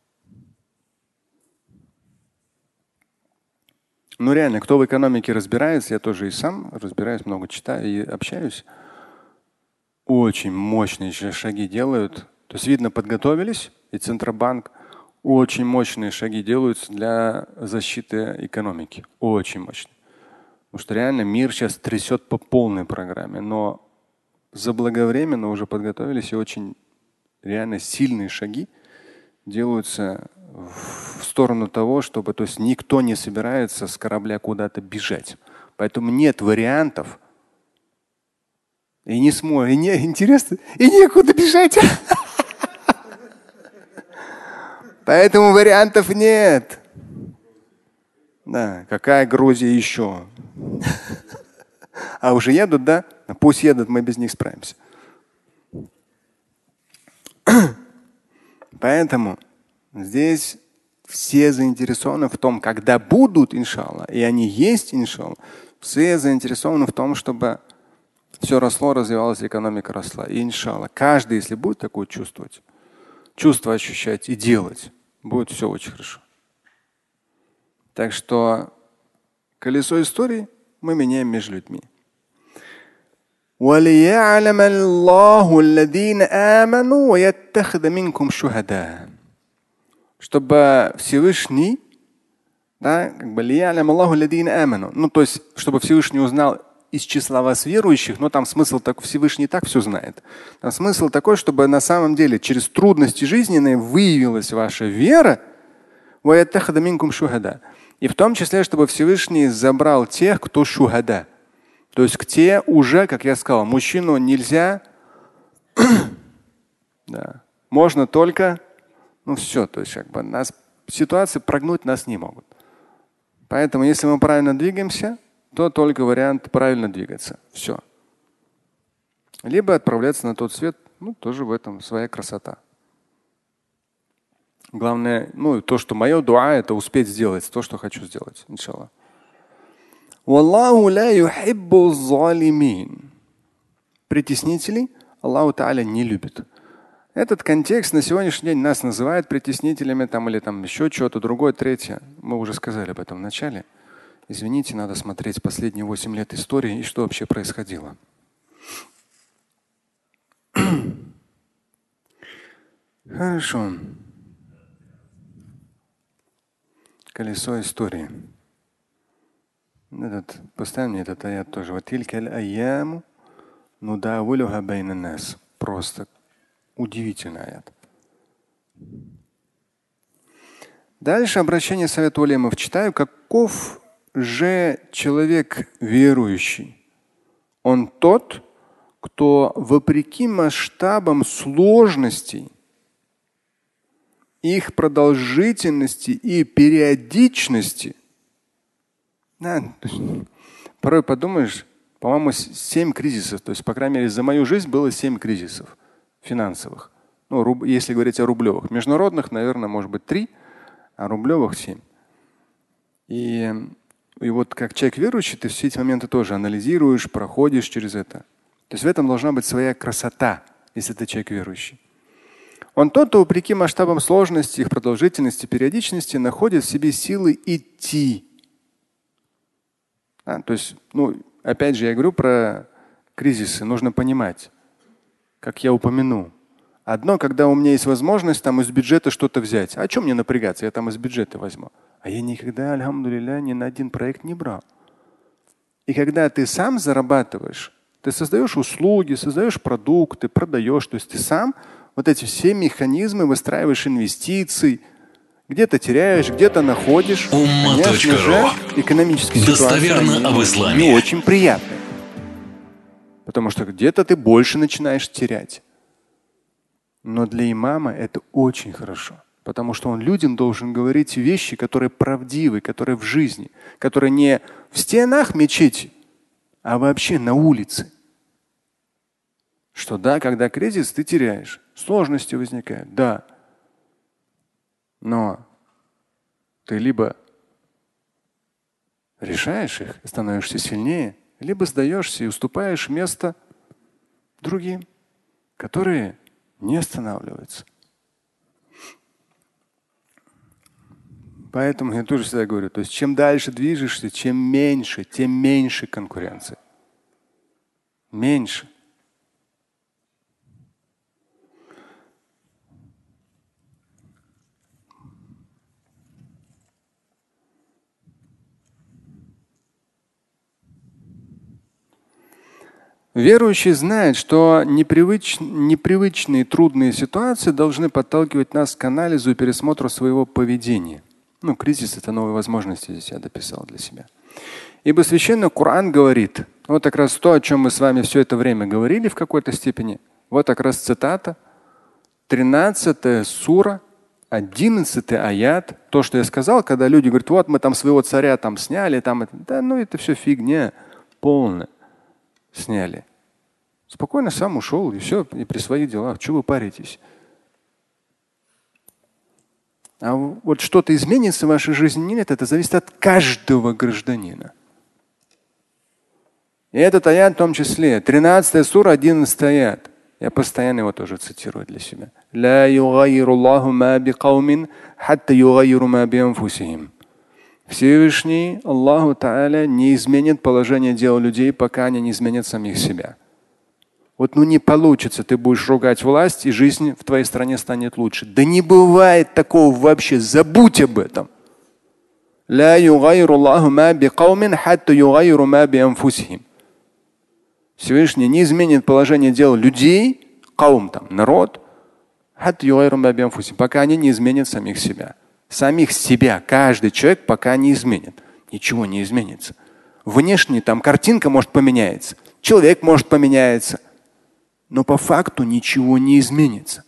Ну реально, кто в экономике разбирается, я тоже и сам разбираюсь, много читаю и общаюсь. Очень мощные шаги делают. То есть видно, подготовились, и Центробанк очень мощные шаги делаются для защиты экономики. Очень мощные. Потому что реально мир сейчас трясет по полной программе. Но заблаговременно уже подготовились, и очень реально сильные шаги делаются в сторону того, чтобы, то есть никто не собирается с корабля куда-то бежать. Поэтому нет вариантов. И не сможет, и не интересно, и некуда бежать. Поэтому вариантов нет. Да, какая Грузия еще? А уже едут, да? Пусть едут, мы без них справимся. Поэтому здесь все заинтересованы в том, когда будут, иншалла, и они есть, иншалла, все заинтересованы в том, чтобы все росло, развивалось, экономика росла. И иншалла, каждый, если будет такое чувствовать, чувство ощущать и делать, будет все очень хорошо. Так что колесо истории мы меняем между людьми. وَلِيَعْلَمَ اللَّهُ الَّذِينَ آمَنُوا وَيَتَّخِذَ مِنكُمْ شُهَدَاءَ. Чтобы Всевышний, да, как бы لِيَعْلَمَ اللَّهُ الَّذِينَ آمَنُوا. Ну, то есть, чтобы Всевышний узнал из числа вас верующих, но там смысл такой, Всевышний так все знает. Там смысл такой, чтобы на самом деле через трудности жизненные выявилась ваша вера. وَيَتَّخِذَ مِنكُمْ شُهَدَاءَ. И в том числе, чтобы Всевышний забрал тех, кто шухада. То есть к те уже, как я сказал, мужчину нельзя, да, можно только, ну все, то есть как бы нас ситуации прогнуть нас не могут. Поэтому, если мы правильно двигаемся, то только вариант правильно двигаться. Все. Либо отправляться на тот свет, ну тоже в этом своя красота. Главное, ну то, что мое дуа, это успеть сделать то, что хочу сделать, иншаллах. Валлаху ла юхиббу залимин. Притеснителей Аллаху Тааля не любит. Этот контекст на сегодняшний день нас называют притеснителями там, или там еще что-то другое, третье. Мы уже сказали об этом в начале. Извините, надо смотреть последние восемь лет истории и что вообще происходило. Хорошо. Колесо истории. Этот, поставь мне этот аят тоже. Просто удивительный аят. Дальше обращение Совета улемов читаю. Каков же человек верующий? Он тот, кто вопреки масштабам сложностей, их продолжительности и периодичности. Да, порой подумаешь, по-моему, семь кризисов. То есть, по крайней мере, за мою жизнь было семь кризисов финансовых. Ну, руб, если говорить о рублевых. Международных, наверное, может быть, три, а рублевых семь. И, и вот как человек верующий, ты все эти моменты тоже анализируешь, проходишь через это. То есть в этом должна быть своя красота, если ты человек верующий. Он тот, кто вопреки масштабам сложности, их продолжительности, периодичности находит в себе силы идти. А, то есть, ну, опять же, я говорю про кризисы. Нужно понимать, как я упомянул. Одно, когда у меня есть возможность там из бюджета что-то взять. А чем мне напрягаться? Я там из бюджета возьму. А я никогда, альхамдулилля, ни на один проект не брал. И когда ты сам зарабатываешь, ты создаешь услуги, создаешь продукты, продаешь. То есть ты сам вот эти все механизмы выстраиваешь инвестиций, где-то теряешь, где-то находишь. Конечно же, экономические ситуации об исламе. Не очень приятные. Потому что где-то ты больше начинаешь терять. Но для имама это очень хорошо. Потому что он людям должен говорить вещи, которые правдивы, которые в жизни, которые не в стенах мечети, а вообще на улице. Что да, когда кризис, ты теряешь. Сложности возникают, да. Но ты либо решаешь их, становишься сильнее, либо сдаешься и уступаешь место другим, которые не останавливаются. Поэтому я тоже всегда говорю, то есть чем дальше движешься, чем меньше, тем меньше конкуренции. Меньше. Верующий знает, что непривыч... непривычные трудные ситуации должны подталкивать нас к анализу и пересмотру своего поведения. Ну, кризис – это новые возможности, здесь я дописал для себя. Ибо священный Коран говорит, вот как раз то, о чем мы с вами все это время говорили в какой-то степени, вот как раз цитата, тринадцатая сура, одиннадцатый аят, то, что я сказал, когда люди говорят, вот мы там своего царя там сняли, там, да, ну это все фигня полная. Сняли. Спокойно сам ушел и все, и при своих делах. Чего вы паритесь? А вот что-то изменится в вашей жизни? Нет, это зависит от каждого гражданина. И этот аят в том числе. тринадцатая сура, одиннадцатый аят. Я постоянно его тоже цитирую для себя. لا يغير الله ما بقوم حتى يغيروا ما بأنفسهم. Всевышний Аллаху Тааля не изменит положение дел людей, пока они не изменят самих себя. Вот ну не получится, ты будешь ругать власть, и жизнь в твоей стране станет лучше. Да не бывает такого вообще, забудь об этом. Всевышний не изменит положение дел людей, каум там, народ, пока они не изменят самих себя. Самих себя каждый человек пока не изменит. Ничего не изменится. Внешне там картинка может поменяться, человек может поменяться, но по факту ничего не изменится.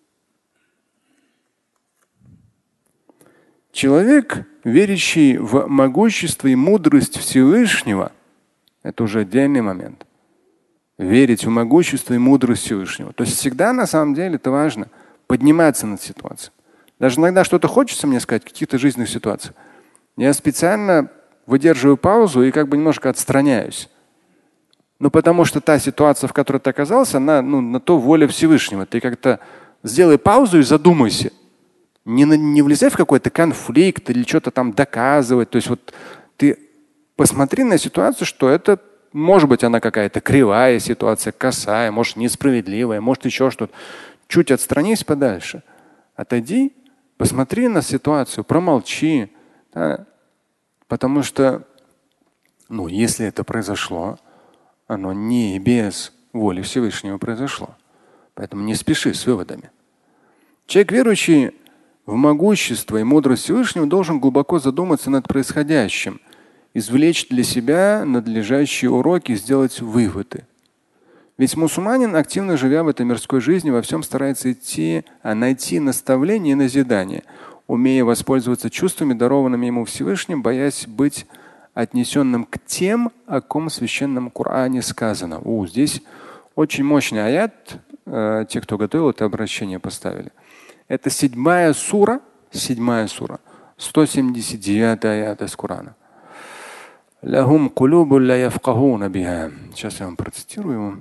Человек, верящий в могущество и мудрость Всевышнего, это уже отдельный момент. Верить в могущество и мудрость Всевышнего. То есть всегда на самом деле это важно подниматься над ситуацией. Даже иногда что-то хочется мне сказать, в каких-то жизненных ситуациях. Я специально выдерживаю паузу и как бы немножко отстраняюсь. Ну, потому что та ситуация, в которой ты оказался, она ну, на то воля Всевышнего. Ты как-то сделай паузу и задумайся. Не, не влезай в какой-то конфликт или что-то там доказывать. То есть вот ты посмотри на ситуацию, что это, может быть, она какая-то кривая ситуация, косая, может, несправедливая, может, еще что-то. Чуть отстранись подальше. Отойди, посмотри на ситуацию, промолчи. Да? Потому что, ну, если это произошло, оно не без воли Всевышнего произошло. Поэтому не спеши с выводами. Человек, верующий в могущество и мудрость Всевышнего, должен глубоко задуматься над происходящим, извлечь для себя надлежащие уроки, сделать выводы. Ведь мусульманин, активно живя в этой мирской жизни, во всем старается идти, а найти наставление и назидание, умея воспользоваться чувствами, дарованными ему Всевышним, боясь быть отнесенным к тем, о ком в священном Коране сказано. О, здесь очень мощный аят. Э, те, кто готовил это обращение, поставили. Это седьмая сура, седьмая сура, сто семьдесят девятый аят из Корана. Лахум кулубу ла яфкахуна биха. Сейчас я вам процитирую его.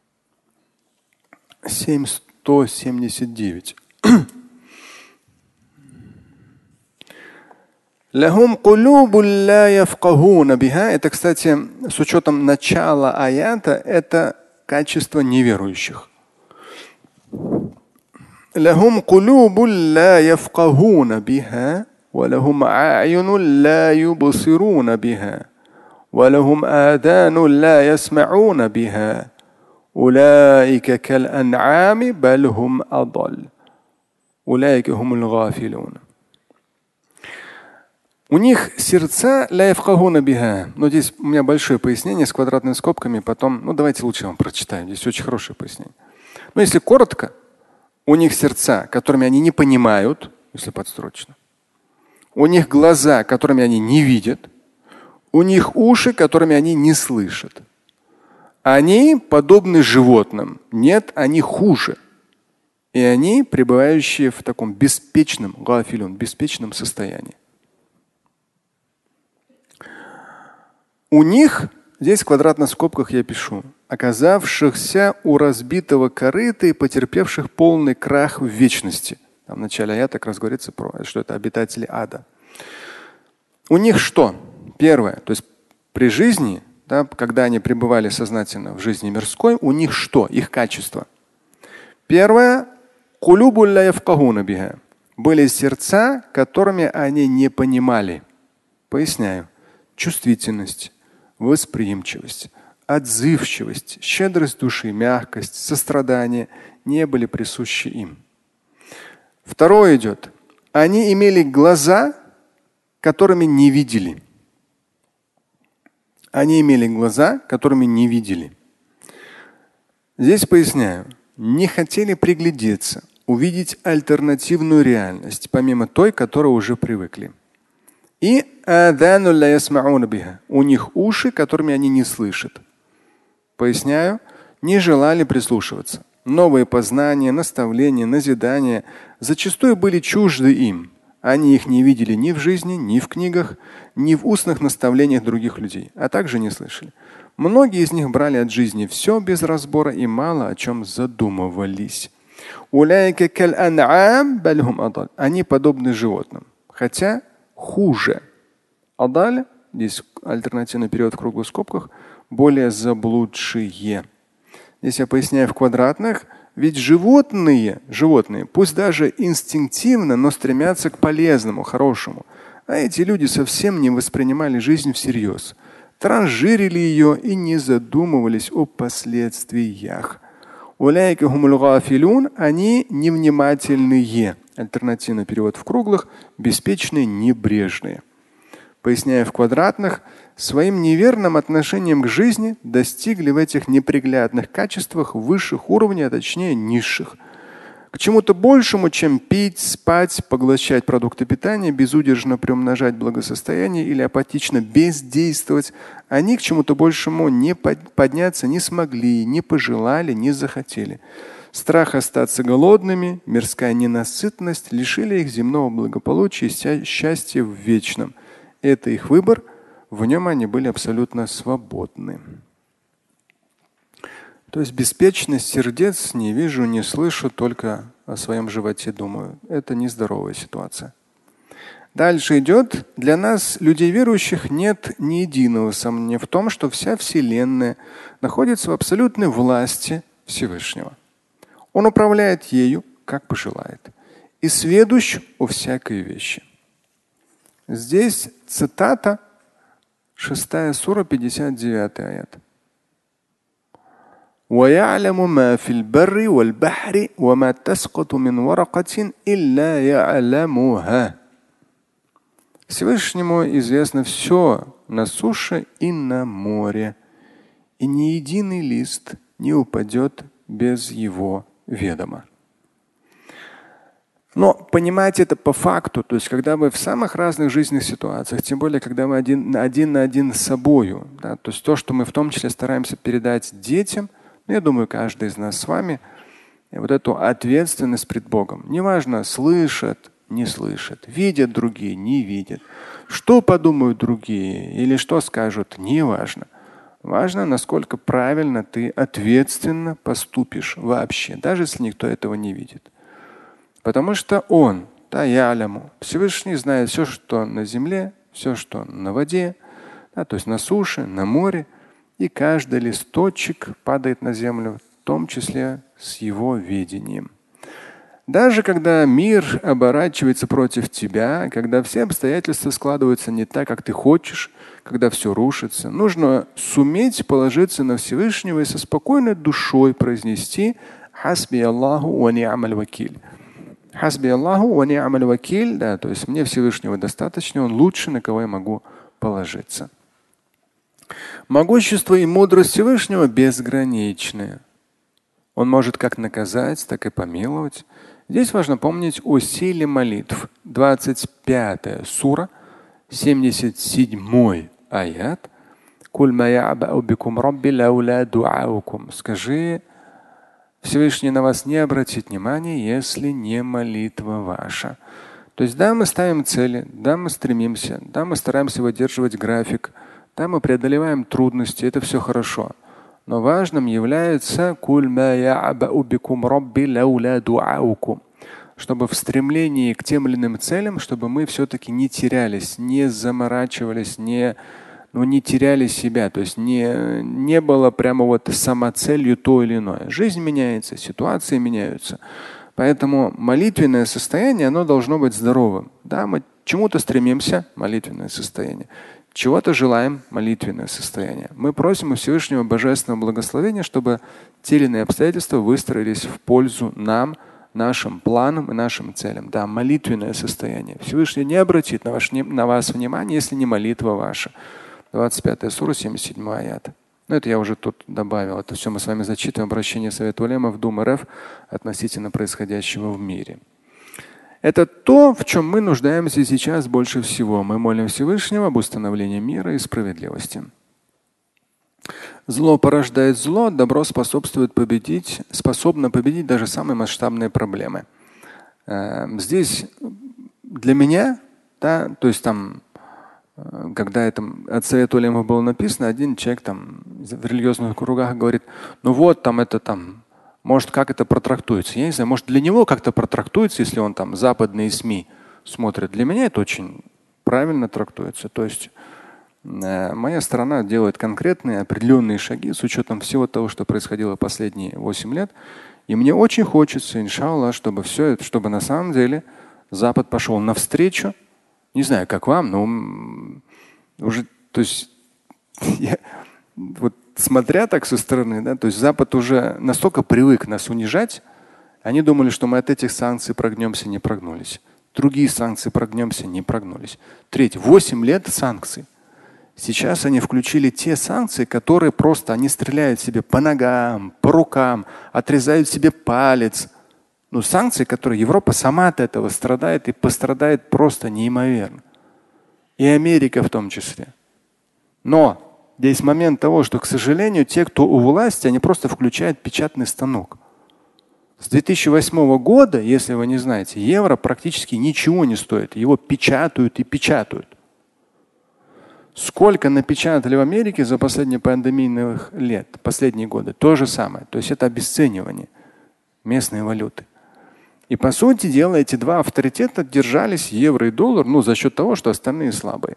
семь сто семьдесят девять. Лахум кулубу ла яфкахуна биха. Это, кстати, с учетом начала аята, это качество неверующих. Лахум кулубу ла яфкахуна биха. ولهم أعين لا يبصرون بها ولهم آذان لا يسمعون بها أولئك كالأنعام بل هم أضل أولئك هم الغافلون. У них сердца لا يفقهون بها. Но здесь у меня большое пояснение с квадратными скобками. Потом, ну давайте лучше вам прочитаем. Здесь очень хорошее пояснение. Но если коротко, у них сердца, которыми они не понимают, если подстрочно. У них глаза, которыми они не видят. У них уши, которыми они не слышат. Они подобны животным. Нет, они хуже. И они пребывающие в таком беспечном, гафилюн, беспечном состоянии. У них, здесь в квадратных скобках я пишу, оказавшихся у разбитого корыта и потерпевших полный крах в вечности. Там в начале аята как раз говорится про, что это обитатели ада. У них что? Первое, то есть при жизни, да, когда они пребывали сознательно в жизни мирской, у них что? Их качество. Первое, были сердца, которыми они не понимали. Поясняю. Чувствительность, восприимчивость, отзывчивость, щедрость души, мягкость, сострадание не были присущи им. Второе идет. Они имели глаза, которыми не видели. Они имели глаза, которыми не видели. Здесь поясняю. Не хотели приглядеться, увидеть альтернативную реальность, помимо той, к которой уже привыкли. И у них уши, которыми они не слышат. Поясняю. Не желали прислушиваться. Новые познания, наставления, назидания зачастую были чужды им. Они их не видели ни в жизни, ни в книгах, ни в устных наставлениях других людей, а также не слышали. Многие из них брали от жизни все без разбора и мало о чем задумывались. Они подобны животным, хотя хуже. Адаль, здесь альтернативный перевод в круглых скобках, более заблудшие. Здесь я поясняю в квадратных. Ведь животные, животные, пусть даже инстинктивно, но стремятся к полезному, хорошему. А эти люди совсем не воспринимали жизнь всерьез. Транжирили ее и не задумывались о последствиях. Они невнимательные. Альтернативный перевод в круглых. Беспечные, небрежные. Поясняя в квадратных, своим неверным отношением к жизни достигли в этих неприглядных качествах высших уровней, а точнее низших. К чему-то большему, чем пить, спать, поглощать продукты питания, безудержно приумножать благосостояние или апатично бездействовать, они к чему-то большему не подняться не смогли, не пожелали, не захотели. Страх остаться голодными, мирская ненасытность лишили их земного благополучия и счастья в вечном. Это их выбор, в нем они были абсолютно свободны. То есть беспечность сердец не вижу, не слышу, только о своем животе думаю. Это нездоровая ситуация. Дальше идет. Для нас, людей верующих, нет ни единого сомнения в том, что вся Вселенная находится в абсолютной власти Всевышнего. Он управляет ею, как пожелает, и сведущ о всякой вещи. Здесь цитата, шестая сура, пятьдесят девятый аят. وَيَعْلَمُ مَا فِي الْبَرِّ وَالْبَحْرِ وَمَا تَسْقُطُ مِنْ وَرَقَةٍ إِلَّا يَعْلَمُهَا. Всевышнему известно все на суше и на море, и ни единый лист не упадет без его ведома. Но понимать это по факту, то есть когда вы в самых разных жизненных ситуациях, тем более когда мы один, один на один с собою, да, то есть то, что мы в том числе стараемся передать детям, ну, я думаю, каждый из нас с вами, вот эту ответственность пред Богом. Неважно, слышат, не слышат, видят другие, не видят, что подумают другие или что скажут, неважно. Важно, насколько правильно ты ответственно поступишь вообще, даже если никто этого не видит. Потому что Он, да, яляму, Всевышний знает все, что на земле, все, что на воде, да, то есть на суше, на море, и каждый листочек падает на землю, в том числе с Его видением. Даже когда мир оборачивается против тебя, когда все обстоятельства складываются не так, как ты хочешь, когда все рушится, нужно суметь положиться на Всевышнего и со спокойной душой произнести «Хасби Аллаху ва ни'маль вакиль». Хасби Аллаху ва ни'маль вакиль, да, то есть мне Всевышнего достаточно, Он лучше, на кого я могу положиться. Могущество и мудрость Всевышнего безграничны. Он может как наказать, так и помиловать. Здесь важно помнить о силе молитв. двадцать пятая сура, семьдесят седьмой аят. Скажи, Всевышний на вас не обратит внимания, если не молитва ваша. То есть да, мы ставим цели, да, мы стремимся, да, мы стараемся выдерживать график, да, мы преодолеваем трудности, это все хорошо. Но важным является, чтобы в стремлении к тем или иным целям, чтобы мы все-таки не терялись, не заморачивались, не, ну, не теряли себя. То есть не, не было прямо вот самоцелью то или иное. Жизнь меняется, ситуации меняются. Поэтому молитвенное состояние, оно должно быть здоровым. Да, мы чему-то стремимся, молитвенное состояние. Чего-то желаем, молитвенное состояние. Мы просим у Всевышнего божественного благословения, чтобы те или иные обстоятельства выстроились в пользу нам, нашим планам и нашим целям. Да, молитвенное состояние. Всевышний не обратит на, ваш, на вас внимание, если не молитва ваша. двадцать пятая сура, семьдесят седьмой аят. Ну, это я уже тут добавил. Это все мы с вами зачитываем. Обращение Совета улема Думы РФ относительно происходящего в мире. Это то, в чем мы нуждаемся сейчас больше всего. Мы молим Всевышнего об установлении мира и справедливости. Зло порождает зло, добро способствует победить, способно победить даже самые масштабные проблемы. Здесь для меня, да, то есть там, когда это от Совета улема было написано, один человек там в религиозных кругах говорит, ну вот там это там. Может, как это протрактуется? Я не знаю, может, для него как-то протрактуется, если он там западные СМИ смотрит. Для меня это очень правильно трактуется. То есть э, моя страна делает конкретные определенные шаги с учетом всего того, что происходило последние восемь лет. И мне очень хочется, иншаллах, чтобы все это, чтобы на самом деле Запад пошел навстречу. Не знаю, как вам, но уже, то есть я вот смотря так со стороны, да, то есть Запад уже настолько привык нас унижать, они думали, что мы от этих санкций прогнемся, не прогнулись. Другие санкции прогнемся, не прогнулись. Третье. Восемь лет санкций. Сейчас они включили те санкции, которые просто они стреляют себе по ногам, по рукам, отрезают себе палец. Ну, санкции, которые Европа сама от этого страдает и пострадает просто неимоверно. И Америка в том числе. Но здесь момент того, что, к сожалению, те, кто у власти, они просто включают печатный станок. С две тысячи восьмого года, если вы не знаете, евро практически ничего не стоит. Его печатают и печатают. Сколько напечатали в Америке за последние пандемийных лет, последние годы? То же самое. То есть это обесценивание местной валюты. И по сути дела эти два авторитета держались, евро и доллар, ну, за счет того, что остальные слабые.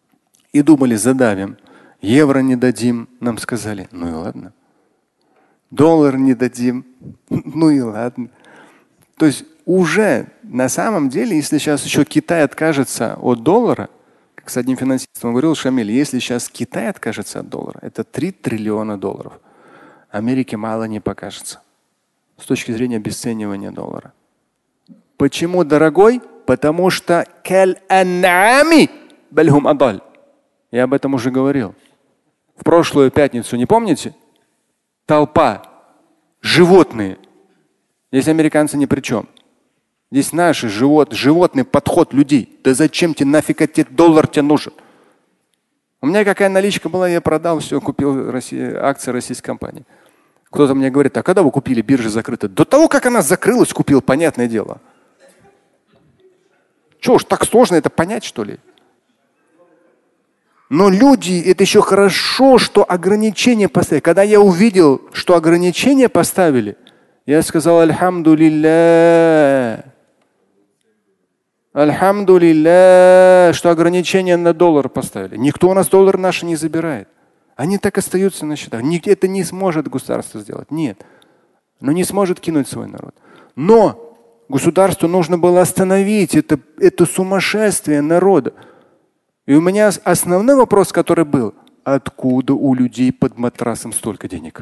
И думали, задавим. Евро не дадим, нам сказали. Ну и ладно. доллар не дадим. Ну и ладно. То есть уже на самом деле, если сейчас еще Китай откажется от доллара, как с одним финансистом говорил Шамиль, если сейчас Китай откажется от доллара, это три триллиона долларов. Америке мало не покажется с точки зрения обесценивания доллара. Почему дорогой? Потому что каль-ан'ами бальхум адаль. Я об этом уже говорил. В прошлую пятницу, не помните? Толпа, животные. Здесь американцы ни при чем. Здесь наши живот, животный подход людей. Да зачем тебе нафиг этот доллар тебе нужен? У меня какая наличка была, я продал все, купил Россия, акции российской компании. Кто-то мне говорит, а когда вы купили, биржа закрыта? До того, как она закрылась, купил, понятное дело. Чего уж так сложно это понять, что ли? Но люди, это еще хорошо, что ограничения поставили. Когда я увидел, что ограничения поставили, я сказал альхамду лилля. Альхамду лилля, что ограничения на доллар поставили. Никто у нас доллар наши не забирает. Они так остаются на счетах. Это не сможет государство сделать. Нет. Но не сможет кинуть свой народ. Но государству нужно было остановить это, это сумасшествие народа. И у меня основной вопрос, который был, откуда у людей под матрасом столько денег?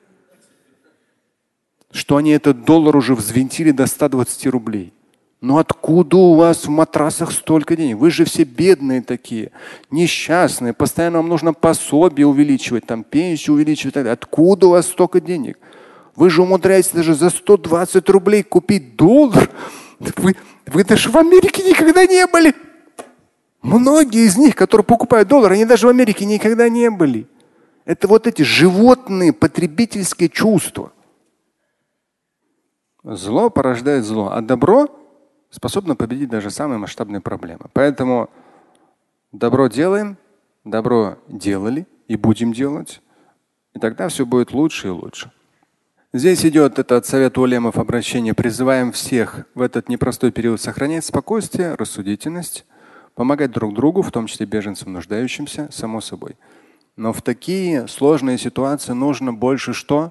Что они этот доллар уже взвинтили до ста двадцати рублей. Но откуда у вас в матрасах столько денег? Вы же все бедные такие, несчастные. Постоянно вам нужно пособие увеличивать, там пенсию увеличивать. Откуда у вас столько денег? Вы же умудряетесь даже за сто двадцать рублей купить доллар. Вы, вы даже в Америке никогда не были. Многие из них, которые покупают доллар, они даже в Америке никогда не были. Это вот эти животные потребительские чувства. Зло порождает зло, а добро способно победить даже самые масштабные проблемы. Поэтому добро делаем, добро делали и будем делать. И тогда все будет лучше и лучше. Здесь идет это от совета улемов обращение. Призываем всех в этот непростой период сохранять спокойствие, рассудительность, помогать друг другу, в том числе беженцам, нуждающимся, само собой. Но в такие сложные ситуации нужно больше что?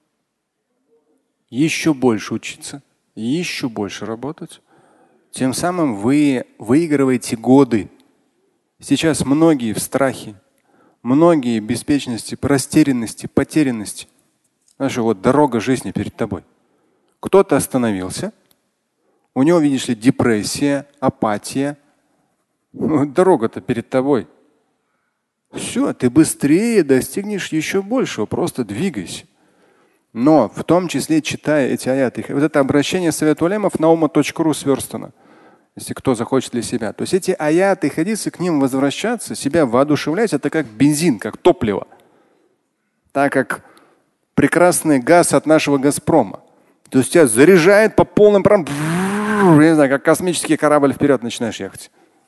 Еще больше учиться, еще больше работать. Тем самым вы выигрываете годы. Сейчас многие в страхе, многие в беспечности, растерянности, потерянности. Наша вот дорога жизни перед тобой. Кто-то остановился, у него, видишь ли, депрессия, апатия. Ну, дорога-то перед тобой. Все, ты быстрее достигнешь еще большего, просто двигайся. Но в том числе читая эти аяты. Вот это обращение Совета улемов на ума точка ру сверстано, если кто захочет для себя. То есть эти аяты, хадисы, к ним возвращаться, себя воодушевлять, это как бензин, как топливо. Так как прекрасный газ от нашего Газпрома. То есть тебя заряжает по полным прям, я не знаю, как космический корабль вперед начинаешь ехать.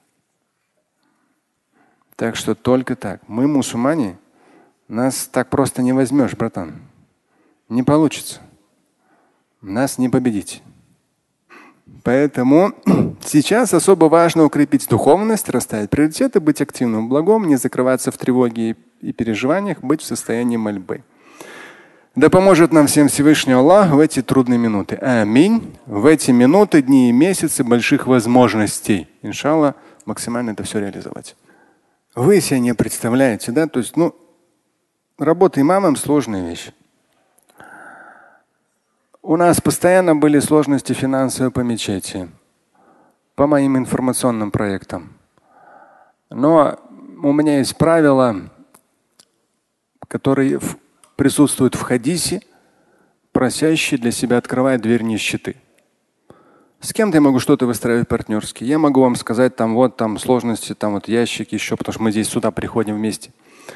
Так что только так. Мы, мусульмане, нас так просто не возьмешь, братан. Не получится. Нас не победить. Поэтому сейчас особо важно укрепить духовность, расставить приоритеты, быть активным в благом, не закрываться в тревоге и переживаниях, быть в состоянии мольбы. Да поможет нам всем Всевышний Аллах в эти трудные минуты. Аминь. В эти минуты, дни и месяцы больших возможностей. Иншаллах, максимально это все реализовать. Вы себе не представляете, да? То есть, ну, работа имамом – сложная вещь. У нас постоянно были сложности финансовые по мечети, по моим информационным проектам. Но у меня есть правила, которые присутствуют в хадисе, просящие для себя открывать дверь нищеты. С кем-то я могу что-то выстраивать партнерски. Я могу вам сказать, там вот там сложности, там вот ящики еще, потому что мы здесь сюда приходим вместе.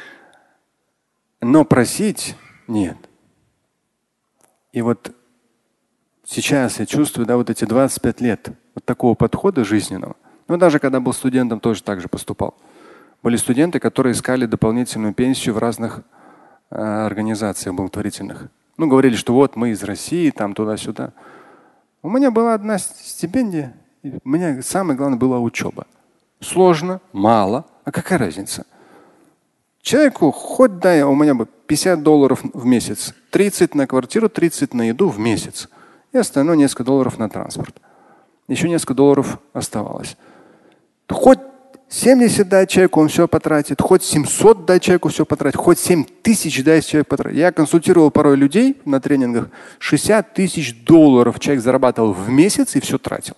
Но просить нет. И вот сейчас я чувствую, да, вот эти двадцать пять лет вот такого подхода жизненного. Ну, даже когда был студентом, тоже так же поступал. Были студенты, которые искали дополнительную пенсию в разных э, организациях благотворительных. Ну, говорили, что вот мы из России, там туда-сюда. У меня была одна стипендия. У меня самое главное была учеба. Сложно, мало. А какая разница? Человеку хоть дай, у меня бы пятьдесят долларов в месяц, тридцать на квартиру, тридцать на еду в месяц. И остальное несколько долларов на транспорт. Еще несколько долларов оставалось. Хоть семьдесят дай человеку, он все потратит. Хоть семьсот дай человеку, все потратит. Хоть семь тысяч дай человек потратит. Я консультировал порой людей на тренингах. шестьдесят тысяч долларов человек зарабатывал в месяц и все тратил.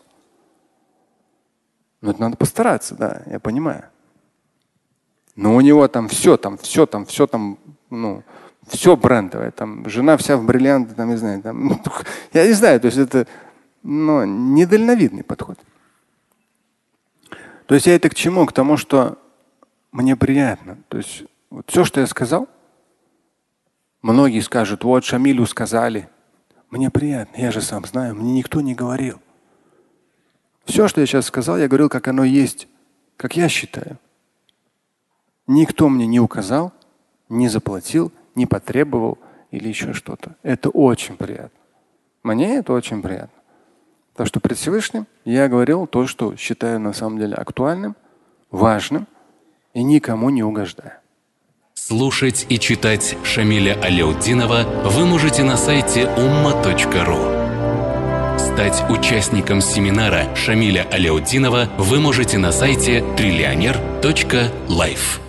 Но это надо постараться, да, я понимаю. Но у него там все, там все, там все, там, ну, все брендовое. Там жена вся в бриллианты, там, не знаю, там, ну, я не знаю, то есть это, ну, недальновидный подход. То есть я это к чему? К тому, что мне приятно. То есть вот все, что я сказал, многие скажут, вот Шамилю сказали. Мне приятно, я же сам знаю, мне никто не говорил. Все, что я сейчас сказал, я говорил, как оно есть, как я считаю. Никто мне не указал, не заплатил, не потребовал или еще что-то. Это очень приятно. Мне это очень приятно. Так что пред Всевышним я говорил то, что считаю на самом деле актуальным, важным и никому не угождая. Слушать и читать Шамиля Аляутдинова вы можете на сайте умма точка ру. Стать участником семинара Шамиля Аляутдинова вы можете на сайте триллионер точка лайф.